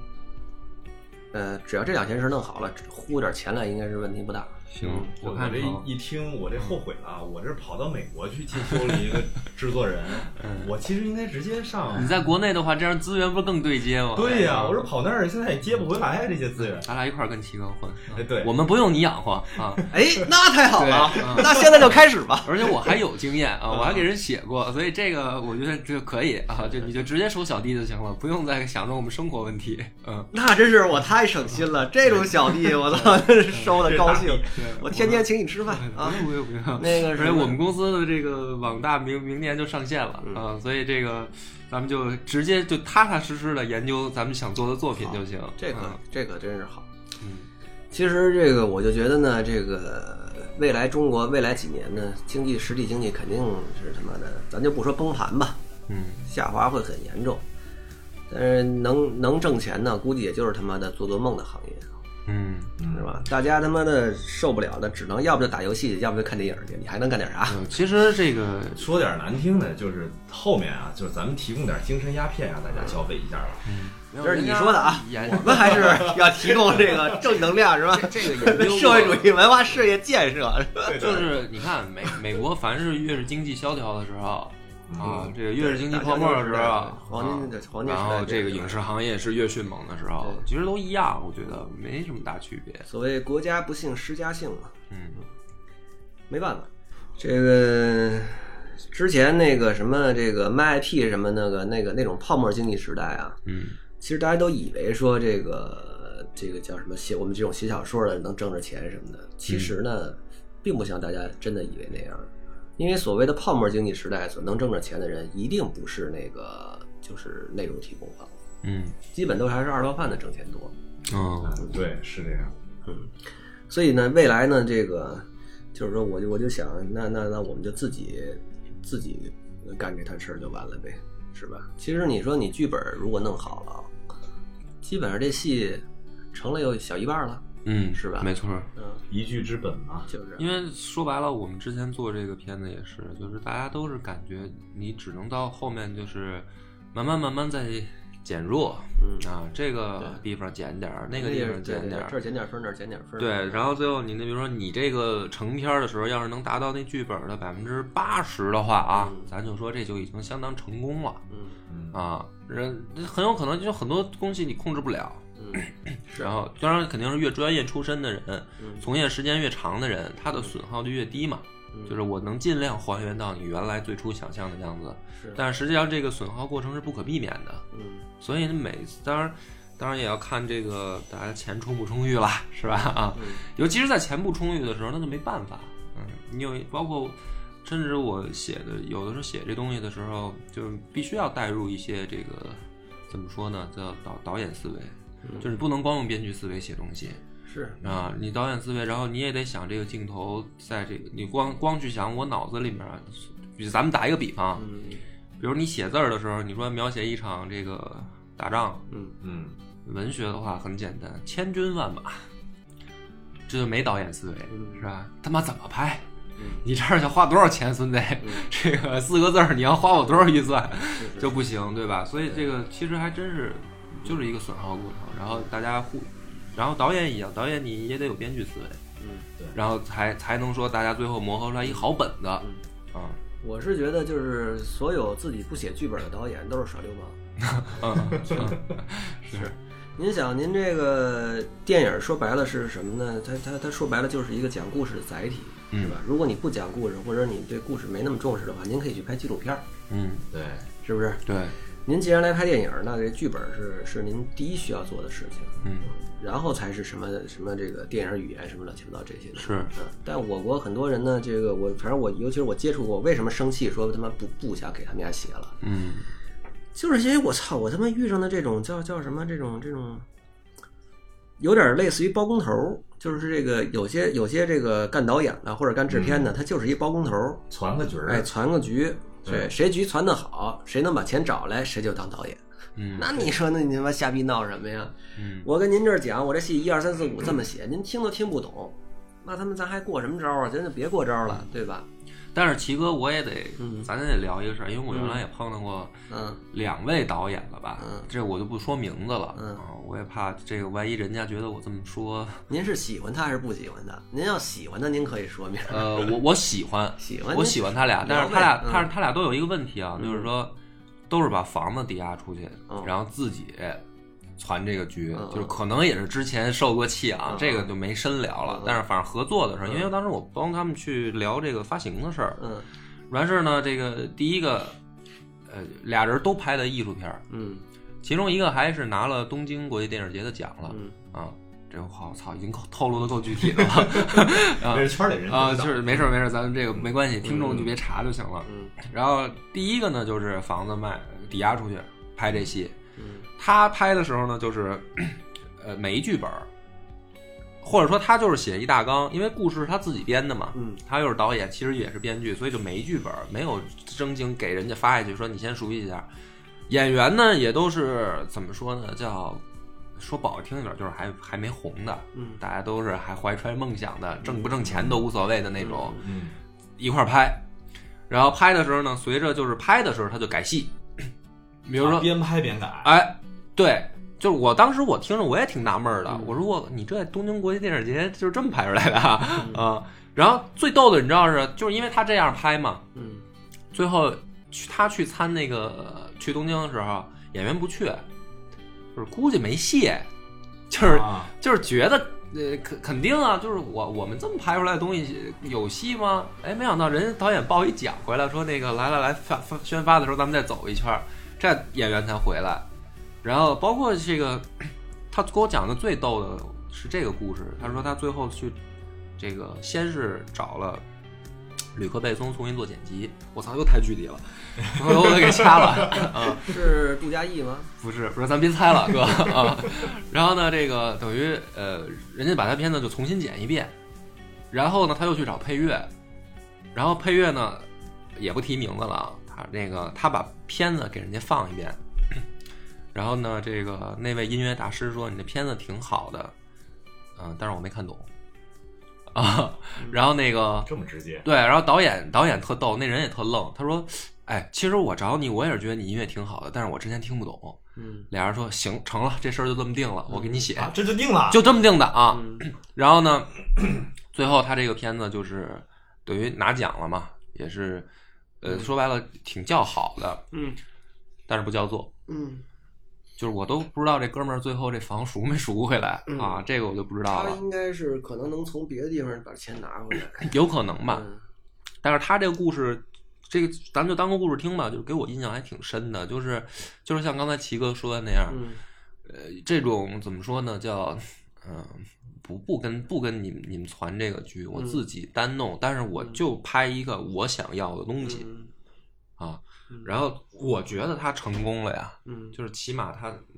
Speaker 2: 只要这2件事弄好了，呼点钱来应该是问题不大。
Speaker 1: 行，
Speaker 3: 我看这一听，我这后悔了，我这跑到美国去进修了一个制作人，我其实应该直接上。
Speaker 1: 你在国内的话，这样资源不是更对接吗？
Speaker 3: 对呀，我说跑那儿现在也接不回来这些资源。
Speaker 1: 咱俩一块儿跟齐哥混。
Speaker 3: 对，
Speaker 1: 我们不用你养活啊。
Speaker 2: 那太好了，那现在就开始吧。
Speaker 1: 而且我还有经验啊，我还给人写过，所以这个我觉得这可以啊，就你就直接收小弟就行了，不用再想着我们生活问题。
Speaker 2: 那真是我太省心了，这种小弟我操，收的高兴。我天天请你吃饭啊！
Speaker 1: 不用
Speaker 2: 那个，
Speaker 1: 而且我们公司的这个网大明年就上线了啊，所以这个咱们就直接就踏踏实实的研究咱们想做的作品就行。
Speaker 2: 这个真是好。其实这个我就觉得呢，这个未来中国未来几年呢，实体经济肯定是他妈的，咱就不说崩盘吧，下滑会很严重。但是能挣钱呢，估计也就是他妈的做梦的行业。是吧？大家他妈的受不了的，只能要不就打游戏，要不就看电影去，你还能干点啥？
Speaker 1: 其实这个
Speaker 3: 说点难听的，就是后面啊，就是咱们提供点精神鸦片让大家消费一下吧。
Speaker 2: 这是你说的啊，我们还是要提供这个正能量，是吧？
Speaker 1: 这个研究
Speaker 2: 社会主义文化事业建设，
Speaker 1: 就是你看美国，凡是越是经济萧条的时候。这个越是经济泡沫的时候，
Speaker 2: 黄金时代，
Speaker 1: 然后这个影视行业是越迅猛的时候，其实都一样，我觉得没什么大区别。
Speaker 2: 所谓国家不幸施家幸嘛，没办法。这个之前那个什么这个卖 IP 什么那种泡沫经济时代啊，其实大家都以为说这个叫什么我们这种写小说的能挣着钱什么的，其实呢，并不像大家真的以为那样。因为所谓的泡沫经济时代所能挣着钱的人，一定不是那个就是内容提供方，基本都还是二道贩子挣钱多。
Speaker 3: 对，是这样。
Speaker 2: 所以呢，未来呢，这个就是说，我就想，那我们就自己干这摊事儿就完了呗，是吧？其实你说你剧本如果弄好了，基本上这戏成了有小一半了。是吧？
Speaker 1: 没错。
Speaker 3: 一剧之本嘛，
Speaker 2: 就是
Speaker 1: 因为说白了，我们之前做这个片子也是，就是大家都是感觉你只能到后面就是慢慢在减弱，这个地方减点，那个地方减点，
Speaker 2: 这儿减点分，那儿减点分。
Speaker 1: 对，然后最后你那比如说你这个成片的时候，要是能达到那剧本的80%的话啊，咱就说这就已经相当成功了。人很有可能就很多东西你控制不了。然后当然肯定是越专业出身的人，从业时间越长的人，他的损耗就越低嘛。就是我能尽量还原到你原来最初想象的样子，但是实际上这个损耗过程是不可避免的。所以每次当然也要看这个大家钱充不充裕了，是吧？尤其是在钱不充裕的时候，那就没办法。你有包括甚至我写的有的时候写这东西的时候，就必须要带入一些这个怎么说呢，叫导演思维。 就是你不能光用编剧思维写东西。
Speaker 2: 是
Speaker 1: 啊，你导演思维，然后你也得想这个镜头在这个，你光去想我脑子里面，比如咱们打一个比方，比如你写字儿的时候，你说描写一场这个打仗，文学的话很简单，千军万马，这就没导演思维，是吧？他妈怎么拍？你这儿要花多少钱，孙子？这个4个字儿，你要花我多少预算，就不行，对吧？所以这个其实还真是就是一个损耗过程，然后大家然后导演一样，导演你也得有编剧思维，
Speaker 3: 对，
Speaker 1: 然后才能说大家最后磨合出来一好本子，
Speaker 2: 我是觉得就是所有自己不写剧本的导演都是耍流氓，是。您想，您这个电影说白了是什么呢？它说白了就是一个讲故事的载体，是吧？如果你不讲故事，或者你对故事没那么重视的话，您可以去拍纪录片，
Speaker 3: 对，
Speaker 2: 是不是？
Speaker 1: 对。
Speaker 2: 您既然来拍电影，那这剧本是您第一需要做的事情，然后才是什么这个电影语言什么乱七八糟这些
Speaker 1: 是。
Speaker 2: 但我国很多人呢，这个反正尤其是我接触过，为什么生气说他妈不想给他们家写了，就是因为我他妈遇上的这种叫什么这种有点类似于包工头，就是这个有些这个干导演的或者干制片的，他就是一包工头，
Speaker 3: 攒个局
Speaker 2: 攒个局。对，谁局攒得好，谁能把钱找来，谁就当导演。那你说，那你他妈瞎逼闹什么呀？我跟您这儿讲，我这戏1、2、3、4、5这么写，您听都听不懂，那咱还过什么招啊？真的别过招了，对吧？
Speaker 1: 但是齐哥，我也得，咱也得聊一个事儿，因为我原来也碰到过2位导演了吧？这我就不说名字了，我也怕这个万一人家觉得我这么说。
Speaker 2: 您是喜欢他还是不喜欢他？您要喜欢他，您可以说明。
Speaker 1: 我喜欢，我喜欢他俩，但是他俩都有一个问题啊，就是说都是把房子抵押出去，然后自己传这个局，就是可能也是之前受过气啊，这个就没深聊了。但是反正合作的事儿，因为当时我帮他们去聊这个发行的事儿，完事儿呢，这个第一个，俩人都拍的艺术片，其中一个还是拿了东京国际电影节的奖了，这个我操，已经透露的够具体的了，
Speaker 3: 这是圈里人啊，
Speaker 1: 就是没事，咱们这个没关系，听众就别查就行了。然后第一个呢，就是房子抵押出去拍这戏。他拍的时候呢，就是每一剧本，或者说他就是写一大纲，因为故事是他自己编的嘛，他又是导演，其实也是编剧，所以就每一剧本没有正经给人家发下去说你先熟悉一下。演员呢也都是怎么说呢，叫说不好听一点，就是还没红的，大家都是还怀揣梦想的，挣不挣钱都无所谓的那种，一块拍。然后拍的时候呢，随着就是拍的时候他就改戏，比如说
Speaker 3: 边拍边改，
Speaker 1: 对，就是我当时我听着我也挺纳闷的，我说你这东京国际电影节就是这么拍出来的啊？然后最逗的你知道是，就是因为他这样拍嘛，最后他去参那个去东京的时候，演员不去，就是估计没戏，就是觉得肯定啊，就是我们这么拍出来的东西有戏吗？哎，没想到人家导演报一奖回来，说那个来宣发的时候咱们再走一圈，这演员才回来。然后包括这个，他给我讲的最逗的是这个故事。他说他最后去这个先是找了吕克贝松重新做剪辑，我操，又太具体了，我都给掐了。
Speaker 2: 是杜嘉译吗？
Speaker 1: 不是，咱别猜了，哥啊。然后呢，这个等于人家把他片子就重新剪一遍，然后呢他又去找配乐，然后配乐呢也不提名字了，他把片子给人家放一遍。然后呢，这个那位音乐大师说：“你的片子挺好的，但是我没看懂啊。”然后那个
Speaker 3: 这么直接，
Speaker 1: 对，然后导演特逗，那人也特愣，他说：“哎，其实我找你，我也是觉得你音乐挺好的，但是我之前听不懂。”俩人说：“行，成了，这事儿就这么定了，我给你写，
Speaker 3: 这就定了，
Speaker 1: 就这么定的啊。”然后呢，最后他这个片子就是等于拿奖了嘛，也是说白了挺叫好的，但是不叫座，就是我都不知道这哥们儿最后这房赎没赎回来啊，这个我就不知道了。
Speaker 2: 他应该是可能能从别的地方把钱拿回来，
Speaker 1: 有可能吧。但是他这个故事，这个咱就当个故事听吧，就给我印象还挺深的。就是像刚才齐哥说的那样，这种怎么说呢，叫不跟你们传这个剧，我自己单弄，但是我就拍一个我想要的东西啊。然后我觉得他成功了呀，就是起码他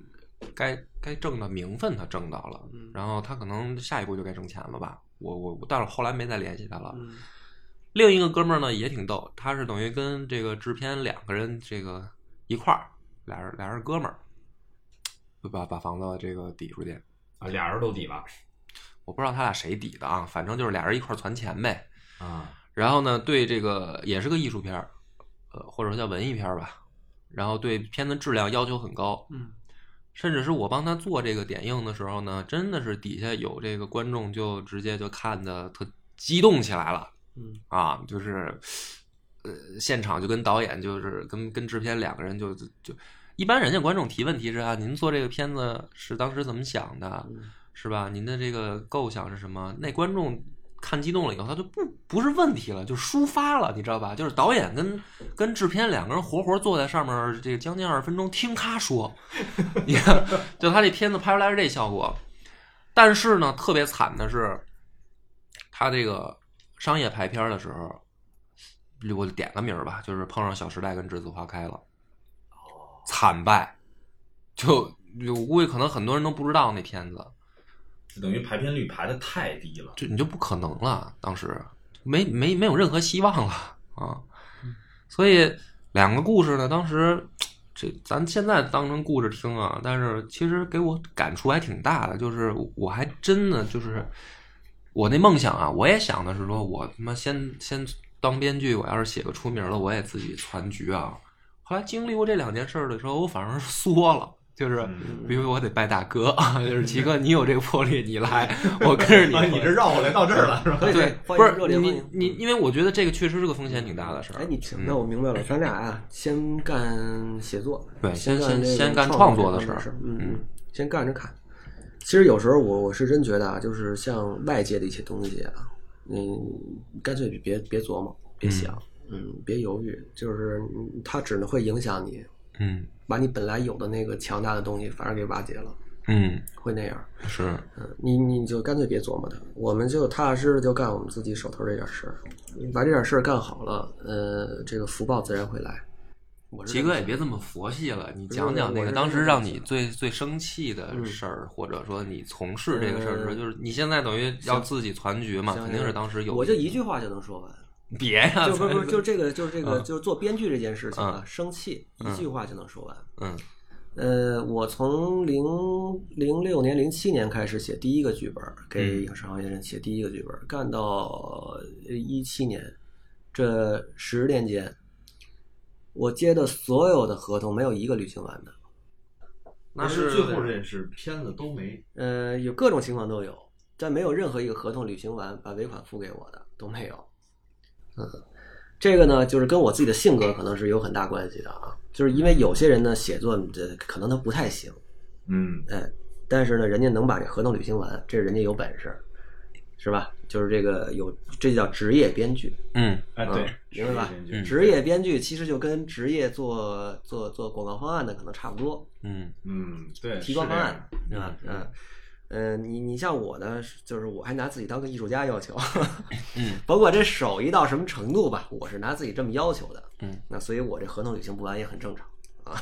Speaker 1: 该挣的名分他挣到了，然后他可能下一步就该挣钱了吧。我但是后来没再联系他了。另一个哥们儿呢也挺逗，他是等于跟这个制片2个人这个一块儿，俩人哥们儿，就把房子这个抵出去
Speaker 3: 啊，俩人都抵了。
Speaker 1: 我不知道他俩谁抵的啊，反正就是俩人一块儿攒钱呗
Speaker 3: 啊。
Speaker 1: 然后呢，对这个也是个艺术片，或者说叫文艺片吧，然后对片子质量要求很高，甚至是我帮他做这个点映的时候呢，真的是底下有这个观众就直接就看得特激动起来了。就是现场就跟导演就是跟制片2个人就一般人家观众提问题是啊，您做这个片子是当时怎么想的，是吧？您的这个构想是什么？那观众看激动了以后，他就不是问题了，就抒发了，你知道吧？就是导演跟制片2个人活坐在上面，这个将近20分钟听他说，你看，就他这片子拍出来是这效果。但是呢，特别惨的是，他这个商业排片的时候，我就点个名吧，就是碰上《小时代》跟《栀子花开》了，惨败。就我估计可能很多人都不知道那片子，
Speaker 3: 等于排片率排得太低了，
Speaker 1: 你就不可能了，当时没有任何希望了啊。所以2个故事呢，当时这咱现在当成故事听啊，但是其实给我感触还挺大的，就是我还真的就是我那梦想啊，我也想的是说我他妈先当编剧，我要是写个出名了，我也自己攒局啊。后来经历过这2件事的时候，我反而缩了。就是比如我得拜大哥，就是齐哥，你有这个魄力，你来，我跟着你。
Speaker 3: 你这绕过来到这儿了是吧？
Speaker 1: 对，不是你，因为我觉得这个确实是个风险挺大的事儿。
Speaker 2: 那我明白了，咱俩啊，先干写作，
Speaker 1: 对，先
Speaker 2: 干
Speaker 1: 创作的事儿，
Speaker 2: 先干着看。其实有时候我是真觉得啊，就是像外界的一些东西啊，你干脆别琢磨，别想，别犹豫，就是它只能会影响你。把你本来有的那个强大的东西反而给瓦解了，会那样。
Speaker 1: 是，
Speaker 2: 你就干脆别琢磨它，我们就踏踏实实就干我们自己手头这点事儿，把这点事儿干好了，这个福报自然会来。
Speaker 1: 齐哥也别这么佛系了，你讲讲那个当时让你最生气的事儿，或者说你从事这个事儿的时候，就是你现在等于要自己攒局嘛，肯定是当时有。
Speaker 2: 我就一句话就能说完。
Speaker 1: 别呀，
Speaker 2: 就这个，就是做编剧这件事情啊，生气一句话就能说完。我从06年、07年开始写第一个剧本，给影视行业人写第一个剧本，干到17年，这10年间，我接的所有的合同没有一个履行完的。
Speaker 3: 那是最后认识片子都没？
Speaker 2: 有各种情况都有，但没有任何一个合同履行完，把尾款付给我的都没有。这个呢，就是跟我自己的性格可能是有很大关系的啊。就是因为有些人呢，写作可能他不太行，但是呢，人家能把这合同履行完，这人家有本事，是吧？就是这叫职业编剧。
Speaker 3: 对，
Speaker 2: 明白吧？职业编剧其实就跟职业做广告方案的可能差不多。
Speaker 3: 对，
Speaker 2: 提高方案，对吧？你像我呢，就是我还拿自己当个艺术家要求，甭管这手艺到什么程度吧，我是拿自己这么要求的，那所以我这合同履行不完也很正常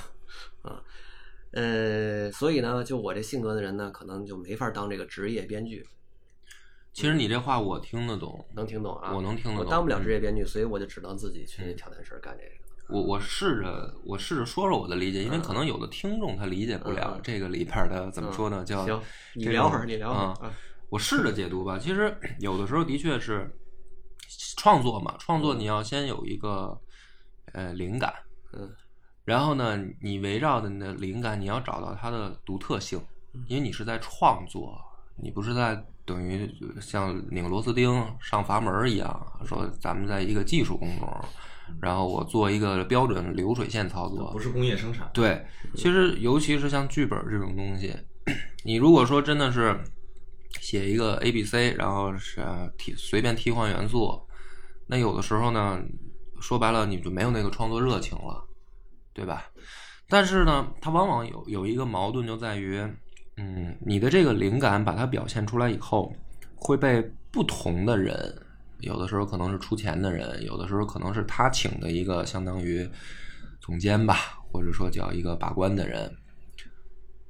Speaker 2: 所以呢，就我这性格的人呢，可能就没法当这个职业编剧。
Speaker 1: 其实你这话我听得懂，
Speaker 2: 能听懂啊，
Speaker 1: 我能听得懂，
Speaker 2: 我当不了职业编剧，所以我就只能自己去挑担事干这个。
Speaker 1: 我试着说我的理解，因为可能有的听众他理解不了这个里边的怎么说呢？叫
Speaker 2: 行，你聊会儿
Speaker 1: 我试着解读吧。其实有的时候的确是创作嘛，创作你要先有一个灵感，然后呢，你围绕着你的灵感，你要找到它的独特性，因为你是在创作，你不是在等于像拧螺丝钉上阀门一样，说咱们在一个技术工种。然后我做一个标准流水线操作，
Speaker 3: 不是工业生产。
Speaker 1: 对，其实尤其是像剧本这种东西，你如果说真的是写一个 ABC， 然后是随便替换元素，那有的时候呢，说白了你就没有那个创作热情了，对吧？但是呢，它往往有一个矛盾就在于，你的这个灵感把它表现出来以后，会被不同的人。有的时候可能是出钱的人，有的时候可能是他请的一个相当于总监吧，或者说叫一个把关的人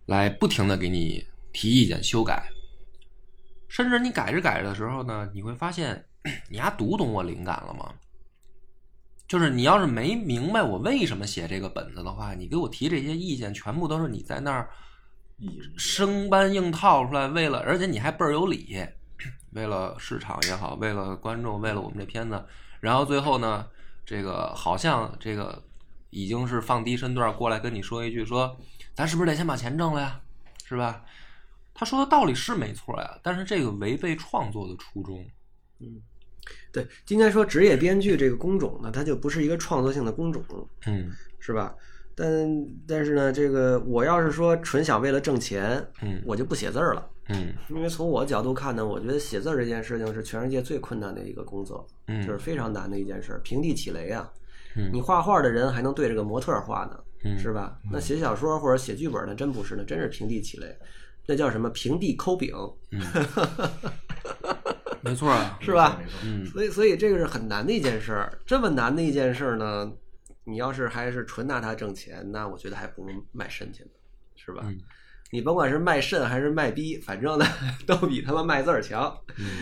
Speaker 1: 来不停的给你提意见修改，甚至你改着改着的时候呢，你会发现你还读懂我灵感了吗？就是你要是没明白我为什么写这个本子的话，你给我提这些意见全部都是你在那儿生搬硬套出来，为了而且你还倍儿有理，为了市场也好，为了观众，为了我们这片子，然后最后呢，这个好像这个已经是放低身段过来跟你说一句说咱是不是得先把钱挣了呀，是吧？他说的道理是没错呀，但是这个违背创作的初衷。
Speaker 2: 对，今天说职业编剧这个工种呢，它就不是一个创作性的工种，是吧？但是呢，这个我要是说纯想为了挣钱，我就不写字了，因为从我角度看呢，我觉得写字这件事情是全世界最困难的一个工作，就是非常难的一件事，平地起雷啊。你画画的人还能对着个模特画呢，是吧？那写小说或者写剧本呢，真不是呢，真是平地起雷，那叫什么平地抠饼。
Speaker 1: 没错啊，
Speaker 2: 是吧？所以这个是很难的一件事儿。这么难的一件事呢，你要是还是纯拿它挣钱，那我觉得还不如卖肾去呢，是吧？你甭管是卖肾还是卖逼，反正呢都比他妈卖字儿强。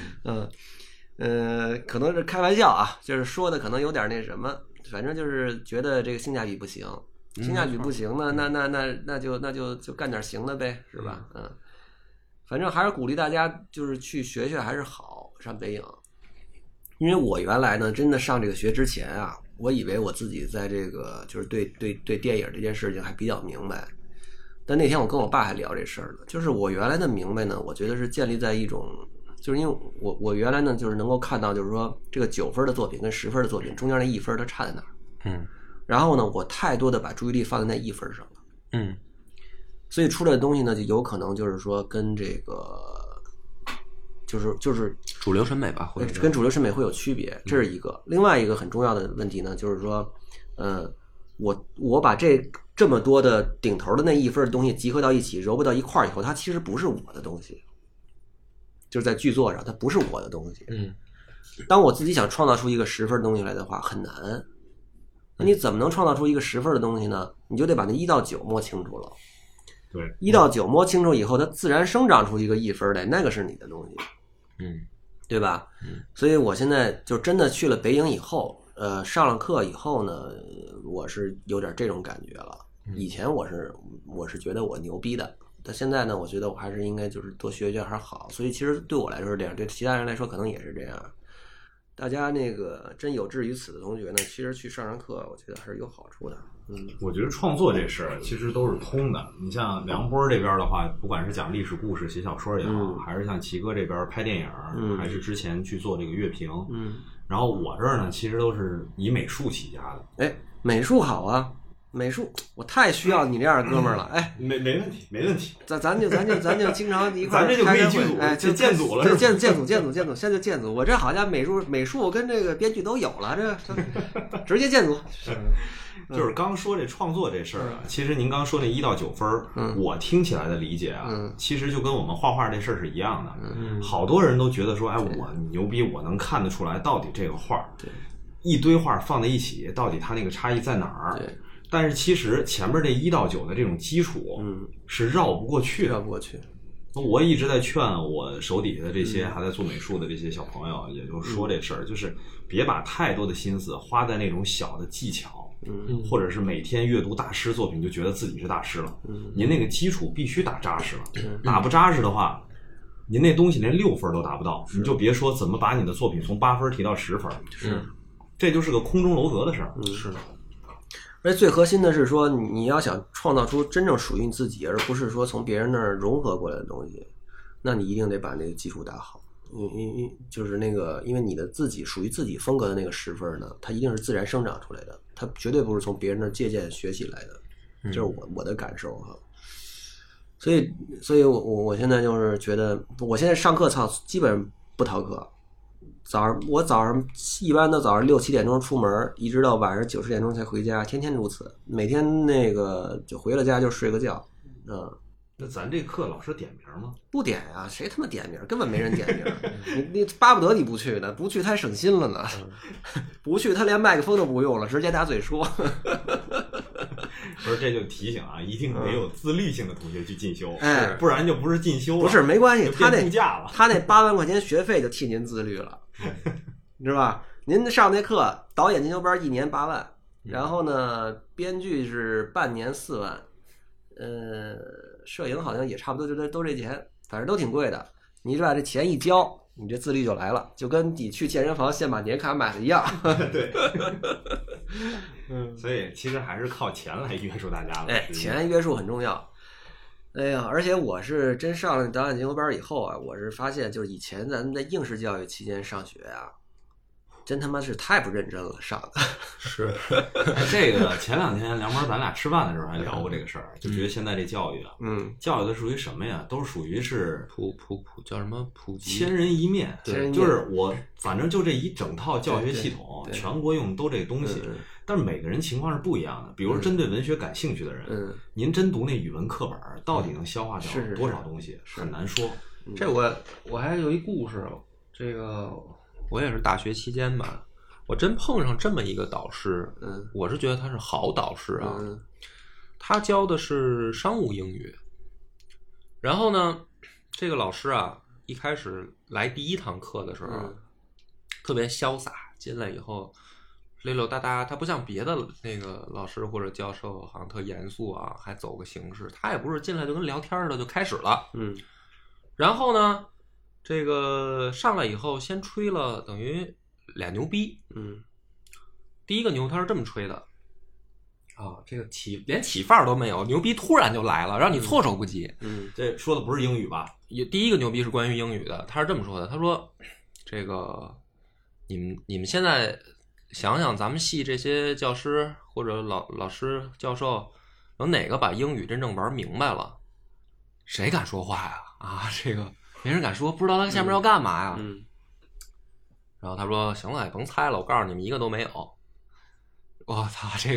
Speaker 2: 可能是开玩笑啊，就是说的可能有点那什么，反正就是觉得这个性价比不行，性价比不行呢，那就干点行的呗，是吧？反正还是鼓励大家就是去学学还是好，上北影。因为我原来呢真的上这个学之前啊，我以为我自己在这个就是对电影这件事情还比较明白，但那天我跟我爸还聊这事儿呢，就是我原来的明白呢，我觉得是建立在一种，就是因为我原来呢就是能够看到，就是说这个9分的作品跟10分的作品中间那1分它差在哪儿，然后呢我太多的把注意力放在那1分上了，所以出来的东西呢就有可能就是说跟这个就是
Speaker 1: 主流审美吧，或者
Speaker 2: 跟主流审美会有区别，这是一个。另外一个很重要的问题呢，就是说我把这么多的顶头的那1分的东西集合到一起，揉不到一块儿以后，它其实不是我的东西，就是在剧作上它不是我的东西。当我自己想创造出一个10分的东西来的话很难，那你怎么能创造出一个10分的东西呢？你就得把那1到9摸清楚了。
Speaker 3: 对
Speaker 2: ，1到9摸清楚以后，它自然生长出一个1分来，那个是你的东西，对吧？所以我现在就真的去了北影以后，上了课以后呢，我是有点这种感觉了。以前我是觉得我牛逼的，但现在呢，我觉得我还是应该就是多学学还是好。所以其实对我来说是这样，对其他人来说可能也是这样。大家那个真有志于此的同学呢，其实去上课，我觉得还是有好处的。
Speaker 3: 我觉得创作这事儿其实都是通的。你像梁波这边的话，不管是讲历史故事、写小说也好，还是像齐哥这边拍电影，还是之前去做这个乐评，然后我这儿呢，其实都是以美术起家的。
Speaker 2: 哎，美术好啊，美术我太需要你这样的哥们儿了。哎，
Speaker 3: 没问题，没问题。
Speaker 2: 咱就经常一块儿
Speaker 3: 咱这就可以剧
Speaker 2: 组，哎，就
Speaker 3: 建组了，
Speaker 2: 建组，现在就建组。我这好像美术跟这个编剧都有了，这直接建组。
Speaker 3: 就是刚说这创作这事儿啊，其实您刚说那1到9分，我听起来的理解啊，其实就跟我们画画这事儿是一样的。好多人都觉得说，哎，我牛逼，我能看得出来到底这个画，一堆画放在一起，到底它那个差异在哪儿？但是其实前面这1到9的这种基础，是绕不过去的，
Speaker 2: 绕不过去。
Speaker 3: 我一直在劝我手底下的这些还在做美术的这些小朋友，也就说这事儿，就是别把太多的心思花在那种小的技巧。或者是每天阅读大师作品就觉得自己是大师了，您那个基础必须打扎实了，打不扎实的话，您那东西连6分都达不到，你就别说怎么把你的作品从8分提到10分，这就是个空中楼阁的事儿。
Speaker 2: 是的，而且最核心的是说，你要想创造出真正属于你自己，而不是说从别人那儿融合过来的东西，那你一定得把那个基础打好。就是那个，因为你的自己属于自己风格的那个10分呢，它一定是自然生长出来的，它绝对不是从别人那儿借鉴学习来的，这是我的感受哈。所以我现在就是觉得，我现在上课基本不逃课，我早上一般都早上6、7点钟出门，一直到晚上9、10点钟才回家，天天如此，每天那个就回了家就睡个觉，
Speaker 3: 那咱这课老师点名吗？
Speaker 2: 不点呀，谁他妈点名？根本没人点名。你巴不得你不去呢，不去他还省心了呢。不去他连麦克风都不用了，直接打嘴说。
Speaker 3: 不是，这就提醒啊，一定得有自律性的同学去进修，不然就不是进修了。
Speaker 2: 不是没关系，他那8万块钱学费就替您自律了，是吧？您上那课，导演进修班1年8万，然后呢，编剧是半年4万，摄影好像也差不多，就都这钱，反正都挺贵的。你把这钱一交，你这自律就来了，就跟你去健身房先把年卡买的一样。
Speaker 3: 对，所以其实还是靠钱来约束大家的。
Speaker 2: 钱约束很重要。哎呀，而且我是真上了导演进修班以后啊，我是发现就是以前咱们在应试教育期间上学啊，真他妈是太不认真了，上的
Speaker 3: 是。这个前2天梁博咱俩吃饭的时候还聊过这个事儿，就觉得现在这教育啊，教育的属于什么呀？都是属于是
Speaker 1: 叫什么普及，
Speaker 3: 千人一面。对，就是我反正就这一整套教学系统，全国用都这东西。但是每个人情况是不一样的，比如针对文学感兴趣的人，您真读那语文课本，到底能消化掉多少东西，很难说。
Speaker 1: 这我还有一故事，这个我也是大学期间吧，我真碰上这么一个导师，我是觉得他是好导师啊，他教的是商务英语，然后呢，这个老师啊，一开始来第1堂课的时候，特别潇洒，进来以后溜溜达达，他不像别的那个老师或者教授好像特严肃啊，还走个形式，他也不是进来就跟聊天似的就开始了，然后呢，这个上来以后先吹了等于2牛逼，第一个牛他是这么吹的啊，这个连起范儿都没有，牛逼突然就来了，让你措手不及。
Speaker 3: 这说的不是英语吧？
Speaker 1: 第一个牛逼是关于英语的，他是这么说的，他说这个你们现在想想咱们系这些教师或者老师教授，有哪个把英语真正玩明白了？谁敢说话呀？啊，这个没人敢说，不知道他下面要干嘛呀。然后他说行了，也甭猜了，我告诉你们一个都没有。我操，这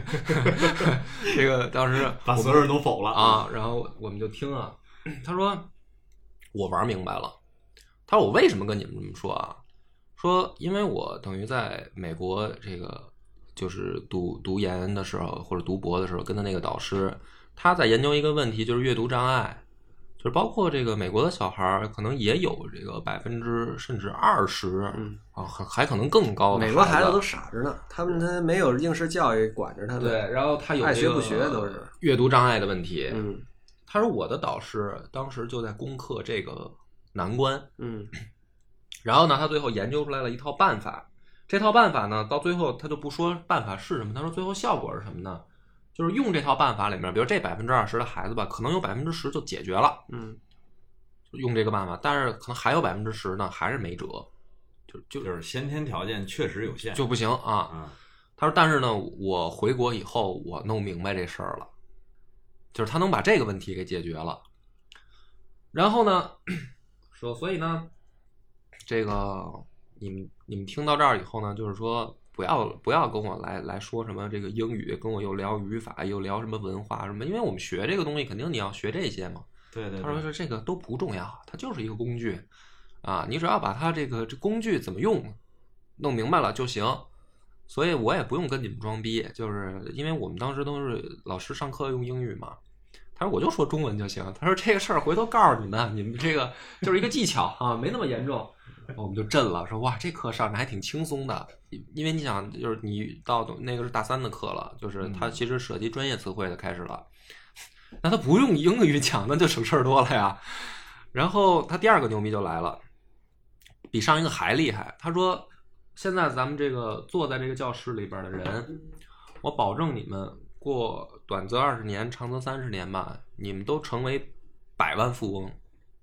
Speaker 1: 个当时
Speaker 3: 把所有人都否了
Speaker 1: 啊。然后我们就听啊，他说我玩明白了。他说我为什么跟你们这么说啊？说因为我等于在美国这个就是读研的时候或者读博的时候，跟的那个导师他在研究一个问题，就是阅读障碍，就是包括这个美国的小孩可能也有这个20%甚至20%，还可能更高的
Speaker 2: 美国孩子都傻着呢，他没有应试教育管着他们，
Speaker 1: 对，然后他有
Speaker 2: 爱学不学都是
Speaker 1: 阅读障碍的问题。他说我的导师当时就在攻克这个难关，然后呢，他最后研究出来了一套办法。这套办法呢，到最后他就不说办法是什么，他说最后效果是什么呢？就是用这套办法里面，比如这20%的孩子吧，可能有10%就解决了，用这个办法，但是可能还有10%呢，还是没辙，
Speaker 3: 就是先天条件确实有限，
Speaker 1: 就不行啊。他说，但是呢，我回国以后，我弄明白这事儿了，就是他能把这个问题给解决了。然后呢，说所以呢，这个你们听到这儿以后呢，就是说不要跟我来说什么这个英语，跟我又聊语法，又聊什么文化什么，因为我们学这个东西，肯定你要学这些嘛。
Speaker 3: 对。
Speaker 1: 他说这个都不重要，它就是一个工具啊，你只要把它这工具怎么用弄明白了就行。所以我也不用跟你们装逼，就是因为我们当时都是老师上课用英语嘛。他说我就说中文就行。他说这个事儿回头告诉你们这个就是一个技巧啊，没那么严重。我们就震了，说哇，这课上着还挺轻松的，因为你想，就是你到那个是大3的课了，就是他其实涉及专业词汇的开始了，那他不用英语讲，那就省事儿多了呀。然后他第2个牛逼就来了，比上一个还厉害。他说，现在咱们这个坐在这个教室里边的人，我保证你们过短则20年，长则30年吧，你们都成为100万富翁。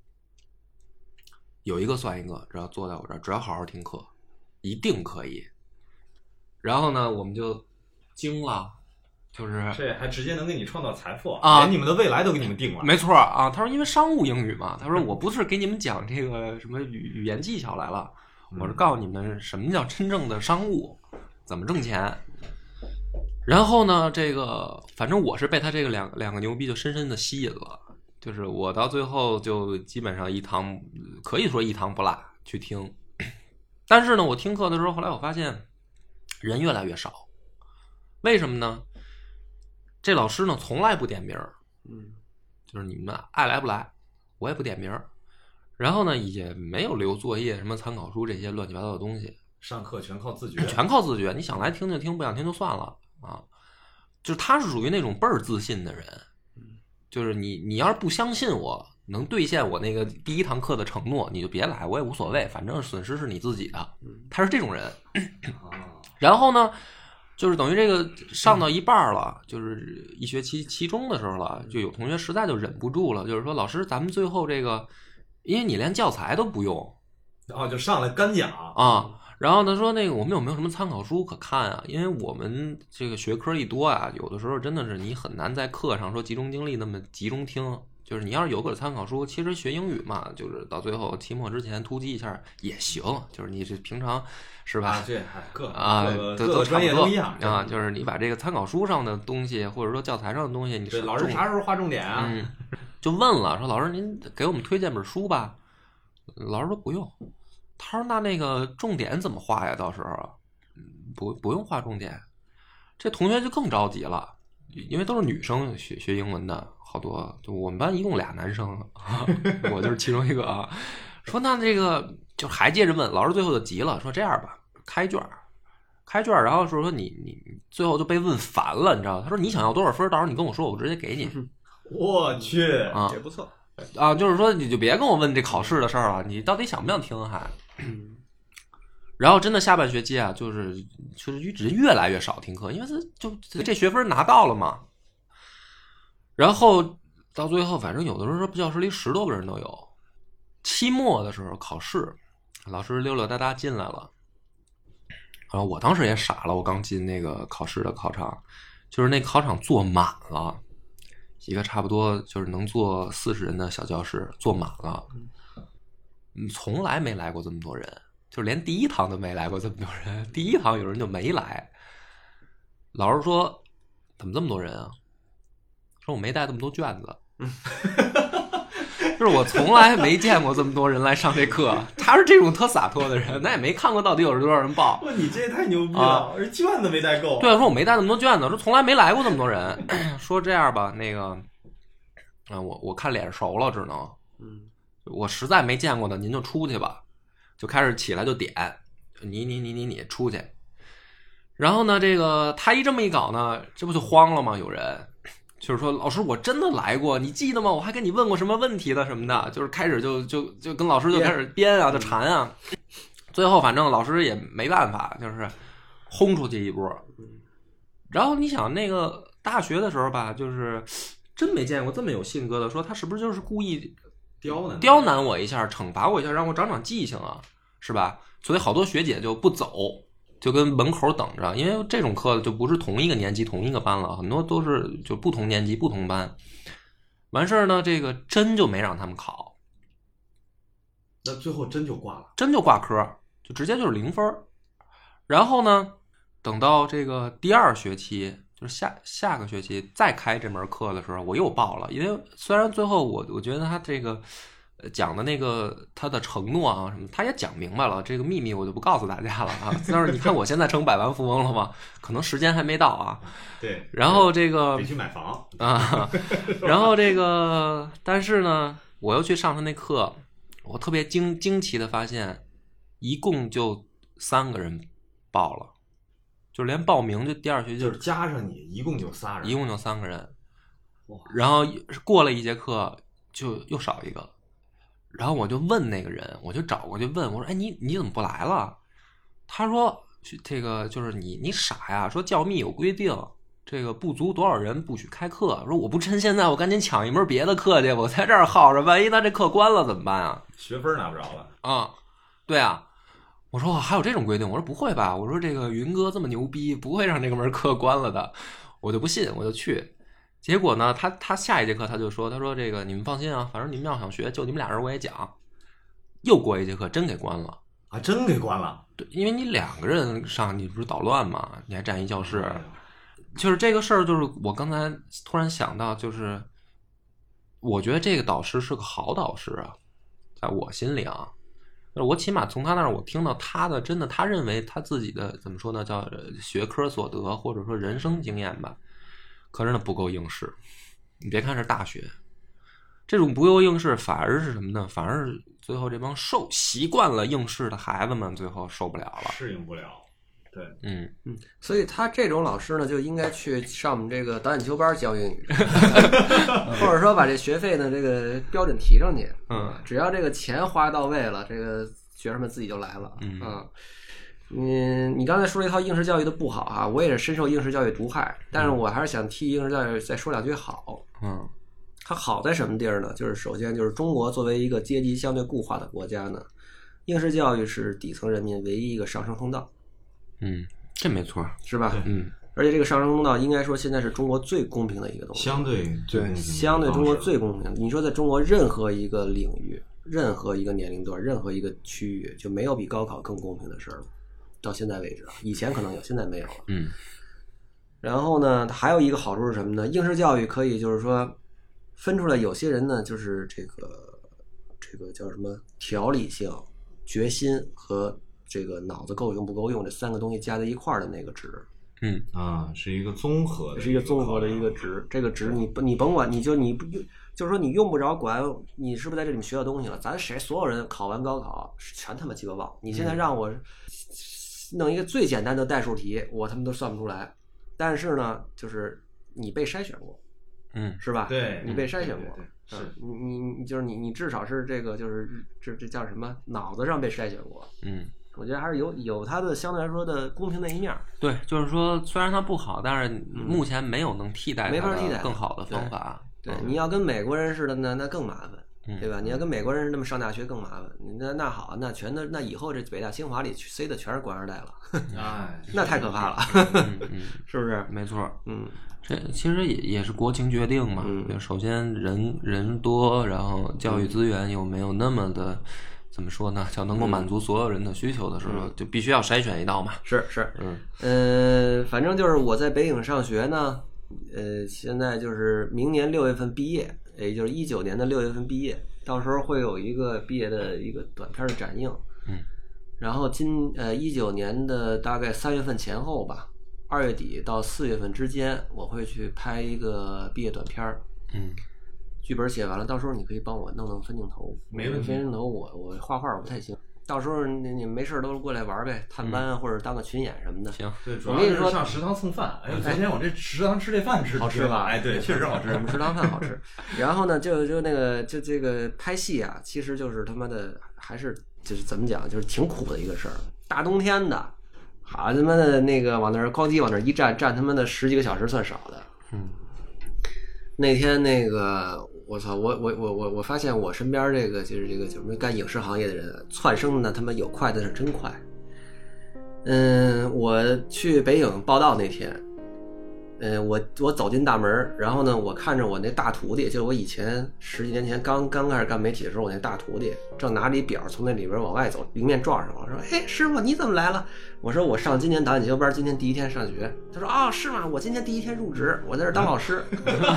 Speaker 1: 有一个算一个，只要坐在我这儿，只要好好听课，一定可以。然后呢，我们就惊了，就是
Speaker 3: 这还直接能给你创造财富啊！连你们的未来都给你们定了。
Speaker 1: 没错啊，他说因为商务英语嘛，他说我不是给你们讲这个什么语言技巧来了，我是告诉你们什么叫真正的商务，怎么挣钱。然后呢，这个反正我是被他这个两个牛逼就深深的吸引了。就是我到最后就基本上可以说一堂不落去听，但是呢，我听课的时候，后来我发现人越来越少，为什么呢？ 这老师呢从来不点名，就是你们爱来不来，我也不点名。然后呢，也没有留作业、什么参考书这些乱七八糟的东西。
Speaker 3: 上课全靠自觉，
Speaker 1: 全靠自觉。你想来听就听，不想听就算了啊。就是他是属于那种倍儿自信的人，就是你要是不相信我能兑现我那个第一堂课的承诺，你就别来，我也无所谓，反正损失是你自己的。他是这种人。然后呢，就是等于这个上到一半了，就是一学期期中的时候了，就有同学实在就忍不住了，就是说老师，咱们最后这个。因为你连教材都不用，
Speaker 3: 就上来干讲
Speaker 1: 啊。然后他说那个我们有没有什么参考书可看啊？因为我们这个学科一多啊，有的时候真的是你很难在课上说集中精力那么集中听。就是你要是有个参考书，其实学英语嘛，就是到最后期末之前突击一下也行。就是你这平常是吧？
Speaker 3: 各
Speaker 1: 个
Speaker 3: 专业都一样
Speaker 1: 啊。就是你把这个参考书上的东西，或者说教材上的东西，你
Speaker 3: 对老师啥时候划重点啊？
Speaker 1: 就问了，说老师您给我们推荐本书吧。老师说不用。他说那个重点怎么画呀？到时候不用画重点。这同学就更着急了，因为都是女生学英文的，好多就我们班一共俩男生，我就是其中一个啊。说那这个就还接着问，老师最后就急了，说这样吧，开卷，然后说你最后就被问烦了，你知道？他说你想要多少分，到时候你跟我说，我直接给你。
Speaker 3: 我去
Speaker 1: 啊，
Speaker 2: 也不错
Speaker 1: 啊，就是说你就别跟我问这考试的事儿了，你到底想不想听还？然后真的下半学期啊，就是人越来越少听课，因为就这学分拿到了嘛。然后到最后，反正有的时候教室里10多个人都有。期末的时候考试，老师溜溜达达进来了，然后我当时也傻了，我刚进那个考试的考场，就是那考场坐满了。一个差不多就是能坐40人的小教室坐满了，从来没来过这么多人，就是连第一堂都没来过这么多人。第一堂有人就没来，老师说怎么这么多人啊？说我没带这么多卷子，就是我从来没见过这么多人来上这课。他是这种特洒脱的人，那也没看过到底有多少人报。
Speaker 3: 哇，你这也太牛逼了！卷子没带够。
Speaker 1: 对，说我没带那么多卷子，说从来没来过这么多人。说这样吧，那个，我看脸熟了，只能，我实在没见过的，您就出去吧。就开始起来就点，你出去。然后呢，这个他这么一搞呢，这不就慌了吗？有人。就是说，老师，我真的来过，你记得吗？我还跟你问过什么问题的什么的，就是开始就跟老师就开始编啊，就缠啊。最后反正老师也没办法，就是轰出去一波。然后你想那个大学的时候吧，就是真没见过这么有性格的，说他是不是就是故意刁难我一下，惩罚我一下，让我长长记性啊，是吧？所以好多学姐就不走。就跟门口等着，因为这种课就不是同一个年级同一个班了，很多都是就不同年级不同班。完事儿呢，这个真就没让他们考，
Speaker 3: 那最后真就挂了，
Speaker 1: 真就挂科，就直接就是0分。然后呢，等到这个第2学期，就是下个学期再开这门课的时候，我又报了，因为虽然最后我觉得他这个。讲的那个他的承诺啊什么，他也讲明白了，这个秘密我就不告诉大家了啊。但是你看我现在成百万富翁了吗？可能时间还没到啊。
Speaker 3: 对。
Speaker 1: 然后这个
Speaker 3: 得去买房
Speaker 1: 啊，然后这个，但是呢，我又去上他那课，我特别惊奇的发现，一共就3个人报了，就连报名就第2学期
Speaker 3: 就是加上你一共就3人，
Speaker 1: 一共就3个人。然后过了一节课就又少一个。然后我就问那个人，我就找过去问，我说：“哎，你怎么不来了？”他说：“这个就是你傻呀！说教秘有规定，这个不足多少人不许开课。说我不趁现在，我赶紧抢一门别的课去，我在这儿耗着，万一他这课关了怎么办啊？
Speaker 3: 学分拿不着了
Speaker 1: 啊！对啊，我说还有这种规定？我说不会吧？我说这个云哥这么牛逼，不会让这个门课关了的，我就不信，我就去。”结果呢，他下一节课他说这个你们放心啊，反正你们要想学，就你们俩人我也讲。又过一节课，真给关了
Speaker 3: 啊！真给关了。
Speaker 1: 对，因为你2个人上，你不是捣乱嘛，你还占一教室。就是这个事儿，就是我刚才突然想到，就是我觉得这个导师是个好导师啊，在我心里啊，我起码从他那儿我听到他的真的，他认为他自己的怎么说呢，叫学科所得或者说人生经验吧。 可是呢不够应试。你别看是大学，这种不够应试反而是什么呢？反而是最后这帮习惯了应试的孩子们最后受不了了，
Speaker 3: 适应不了。对，
Speaker 2: 所以他这种老师呢，就应该去上我们这个导演球班教英语，或者说把这学费呢这个标准提上去。只要这个钱花到位了，这个学生们自己就来了。你刚才说了一套应试教育的不好啊，我也是深受应试教育毒害，但是我还是想替应试教育再说两句好。它好在什么地儿呢？就是首先就是中国作为一个阶级相对固化的国家呢，应试教育是底层人民唯一一个上升通道。
Speaker 1: 这没错，
Speaker 2: 是吧？而且这个上升通道应该说现在是中国最公平的一个东西，
Speaker 3: 相对
Speaker 2: 中国最公平的。你说在中国任何一个领域、任何一个年龄段、任何一个区域，就没有比高考更公平的事儿了。到现在为止，以前可能有，现在没有了。然后呢，它还有一个好处是什么呢？应试教育可以就是说分出来，有些人呢就是这个叫什么条理性、决心和这个脑子够用不够用这三个东西加在一块儿的那个值。
Speaker 3: 是一个综合的，
Speaker 2: 是一个综合的一个值。这个值你甭管，就是说你用不着管你是不是在这里面学到东西了。咱所有人考完高考全他妈鸡巴忘。你现在让我弄一个最简单的代数题，我他妈都算不出来。但是呢，就是你被筛选过，是吧？
Speaker 3: 对，
Speaker 2: 你被筛选过，
Speaker 3: 是
Speaker 2: 你就是你至少是这个就是这叫什么？脑子上被筛选过。我觉得还是有它的相对来说的公平的一面。
Speaker 1: 对，就是说虽然它不好，但是目前没有能替代它的更好的方法。
Speaker 2: 对，你要跟美国人似的那更麻烦，对吧？你要跟美国人那么上大学更麻烦。那好，那以后这北大清华里塞的全是官二代了，那太可怕了，是不是？
Speaker 1: 没错，这其实也是国情决定嘛。首先人多，然后教育资源又没有那么的。怎么说呢？叫能够满足所有人的需求的时候，就必须要筛选一道嘛。
Speaker 2: 是，反正就是我在北影上学呢，现在就是明年6月份毕业，也就是19年的6月份毕业，到时候会有一个毕业的一个短片的展映。然后19年的大概3月份前后吧，2月底到4月份之间，我会去拍一个毕业短片。剧本写完了，到时候你可以帮我弄分镜头。
Speaker 3: 没问题。
Speaker 2: 分镜头我画画不太行，到时候你没事都过来玩呗，探班或者当个群演什么的。
Speaker 1: 行，
Speaker 3: 对，主要是上食堂蹭饭。昨天我这食堂吃这饭
Speaker 2: 好吃吧？
Speaker 3: 对，确实好吃。
Speaker 2: 我们食堂饭好吃。然后呢，就这个拍戏啊，其实就是他妈的还是就是怎么讲，就是挺苦的一个事儿。大冬天的，好他妈的那个往那儿高低往那儿一站他妈的10几个小时算少的。那天那个。我操！我发现我身边这个就是什么干影视行业的人，窜升的他妈有快的是真快。我去北影报道那天，我走进大门，然后呢，我看着我那大徒弟，就是我以前10几年前刚开始干媒体的时候，我那大徒弟正拿着一表从那里边往外走，迎面撞上我说：“哎，师傅你怎么来了？”我说：“我上今年导演学班，今天第一天上学。”他说：“哦，是吗？我今天第一天入职，我在这当老师。”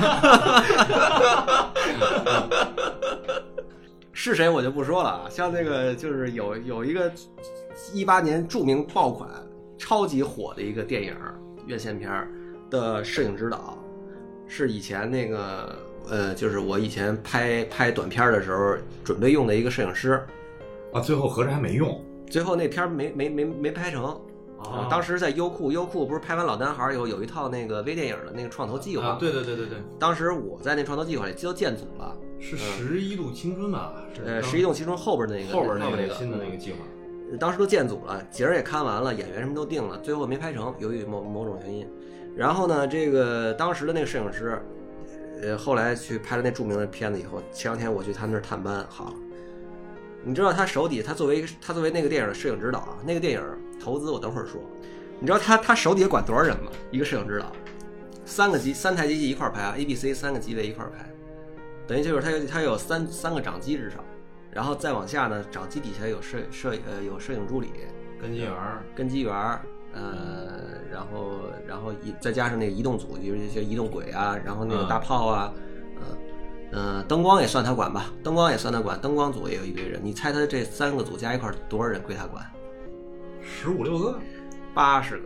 Speaker 2: 是谁我就不说了啊，像那个就是有一个18年著名爆款、超级火的一个电影院线片的摄影指导，是以前那个就是我以前拍短片的时候准备用的一个摄影师
Speaker 3: 啊，最后合着还没用，
Speaker 2: 最后那片没拍成。当时在优酷不是拍完老男孩有一套那个微电影的那个创投计划
Speaker 3: 对，
Speaker 2: 当时我在那创投计划里都建组了，
Speaker 3: 是11度青春吧
Speaker 2: 11度青春后边那个
Speaker 3: 新的那个计划，
Speaker 2: 当时都建组了，景儿也看完了，演员什么都定了，最后没拍成，由于某种原因。然后呢，这个当时的那个摄影师后来去拍了那著名的片子以后，前2天我去他那儿探班。好，你知道他手底他作为那个电影的摄影指导啊，那个电影投资我等会儿说。你知道他手底下管多少人吗？一个摄影指导，3台机器一块拍啊 ，ABC 3个机位一块拍，等于就是他有三个掌机至少，然后再往下呢，掌机底下有摄影助理、跟机员，然后再加上那个移动组，就是一些移动轨啊，然后那个大炮啊，灯光也算他管吧，灯光组也有一堆人，你猜他这3个组加一块多少人归他管？
Speaker 3: 15、16个，
Speaker 2: 80个。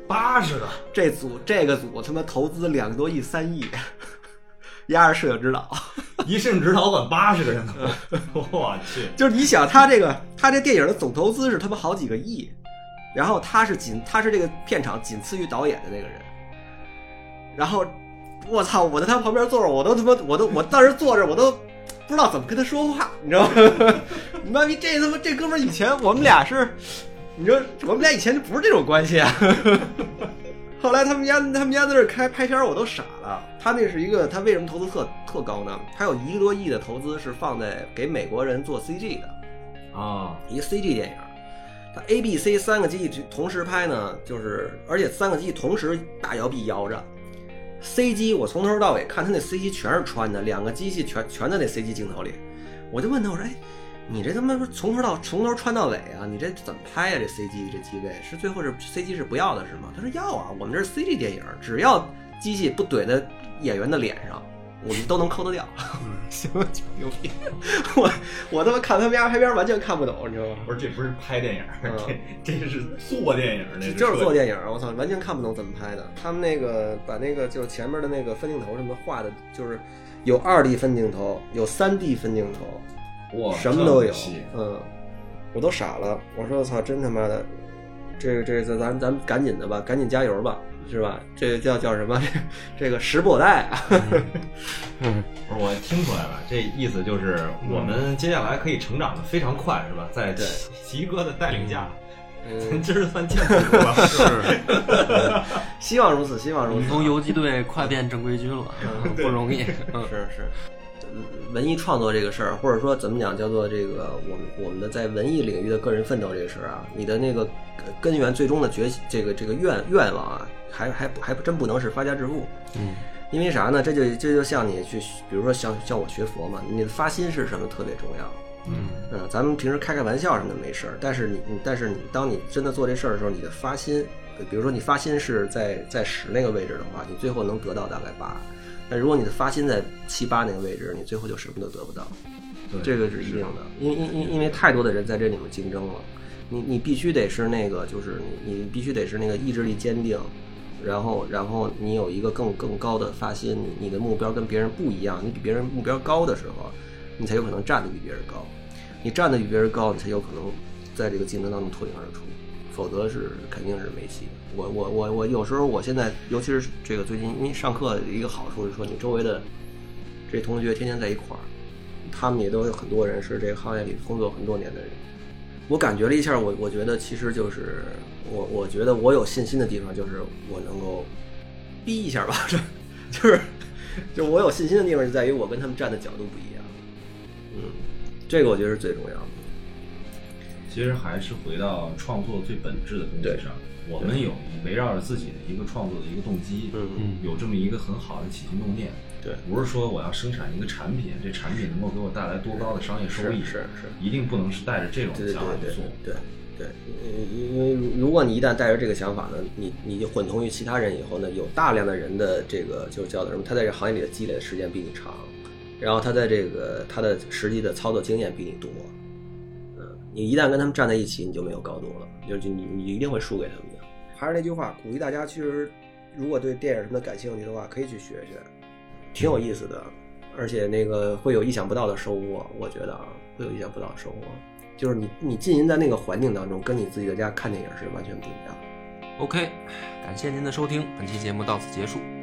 Speaker 3: 80个，
Speaker 2: 这个组他妈投资2个多亿3亿，压着摄影指导，
Speaker 3: 一摄影指导管80个人头，我去！
Speaker 2: 就是你想他这电影的总投资是他妈好几个亿，然后他是这个片场仅次于导演的那个人，然后我操，我在他旁边坐着，我当时坐着我都不知道怎么跟他说话，你知道吗？你妈逼这哥们儿以前我们俩是，你说我们俩以前就不是这种关系啊。后来他们家在这拍片，我都傻了。他那是一个，他为什么投资特高呢？他有1个多亿的投资是放在给美国人做 CG 的啊，一个 CG 电影。他 A、B、C 3个机器同时拍呢，就是而且3个机器同时大摇臂摇着。C 机我从头到尾看他那 C 机全是穿的，2个机器全在那 C 机镜头里。我就问他，我说哎，你这他妈从头穿到尾啊？你这怎么拍呀？这 CG 这机位是最后是 CG 是不要的是吗？他说要啊，我们这是 CG 电影，只要机器不怼在演员的脸上，我们都能抠得掉。行，牛逼！我他妈看他们家拍片完全看不懂，你知道吗？
Speaker 3: 不是，这不是拍电影，这是做电影，这
Speaker 2: 就是做电影。我操，完全看不懂怎么拍的。他们那个把那个就是前面的那个分镜头什么画的，就是有2D 分镜头，有3D 分镜头。
Speaker 3: 哇，
Speaker 2: 什么都有，我都傻了。我说我操，真他妈的，这咱赶紧的吧，赶紧加油吧，是吧？这叫什么？这个时不我待啊。
Speaker 3: 不是，我听出来了，这意思就是我们接下来可以成长的非常快，是吧？在奇哥的带领下，咱今儿算见识了，
Speaker 2: 是。希望如此，希望如此。
Speaker 1: 从游击队快变正规军了，不容易。
Speaker 2: 是。文艺创作这个事儿，或者说怎么讲，叫做这个我们的在文艺领域的个人奋斗这个事儿啊，你的那个根源最终的这个愿望啊，还真不能是发家致富。因为啥呢？这就像你去，比如说像我学佛嘛，你的发心是什么特别重要。咱们平时开玩笑什么的没事儿，但是你当你真的做这事儿的时候，你的发心，比如说你发心是在10那个位置的话，你最后能得到大概8。但如果你的发心在7、8那个位置，你最后就什么都得不到。这个是一定的，因为太多的人在这里面竞争了。你必须得是那个，就是你必须得是那个意志力坚定，然后你有一个更高的发心，你的目标跟别人不一样，你比别人目标高的时候，你才有可能站得比别人高。你站得比别人高，你才有可能在这个竞争当中脱颖而出。否则是肯定是没戏的。我有时候我现在，尤其是这个最近，因为上课一个好处是说，你周围的这同学天天在一块儿，他们也都有很多人是这个行业里工作很多年的人。我感觉了一下，我觉得其实就是我觉得我有信心的地方就是我能够逼一下吧，就我有信心的地方就在于我跟他们站的角度不一样。这个我觉得是最重要的。
Speaker 3: 其实还是回到创作最本质的东西上，我们有围绕着自己的一个创作的一个动机，有这么一个很好的起心动念，不是说我要生产一个产品，这产品能够给我带来多高的商业收益，是一定不能是带着这种想法去做，
Speaker 2: 对，因为如果你一旦带着这个想法呢，你就混同于其他人以后呢，有大量的人的这个就叫做什么，他在这行业里的积累的时间比你长，然后他在这个他的实际的操作经验比你多。你一旦跟他们站在一起，你就没有高度了，就你一定会输给他们的。还是那句话，鼓励大家，其实如果对电影什么的感兴趣的话，可以去学学，挺有意思的，而且那个会有意想不到的收获。我觉得啊，会有意想不到的收获，就是你浸淫在那个环境当中，跟你自己在家看电影是完全不一样。
Speaker 1: OK， 感谢您的收听，本期节目到此结束。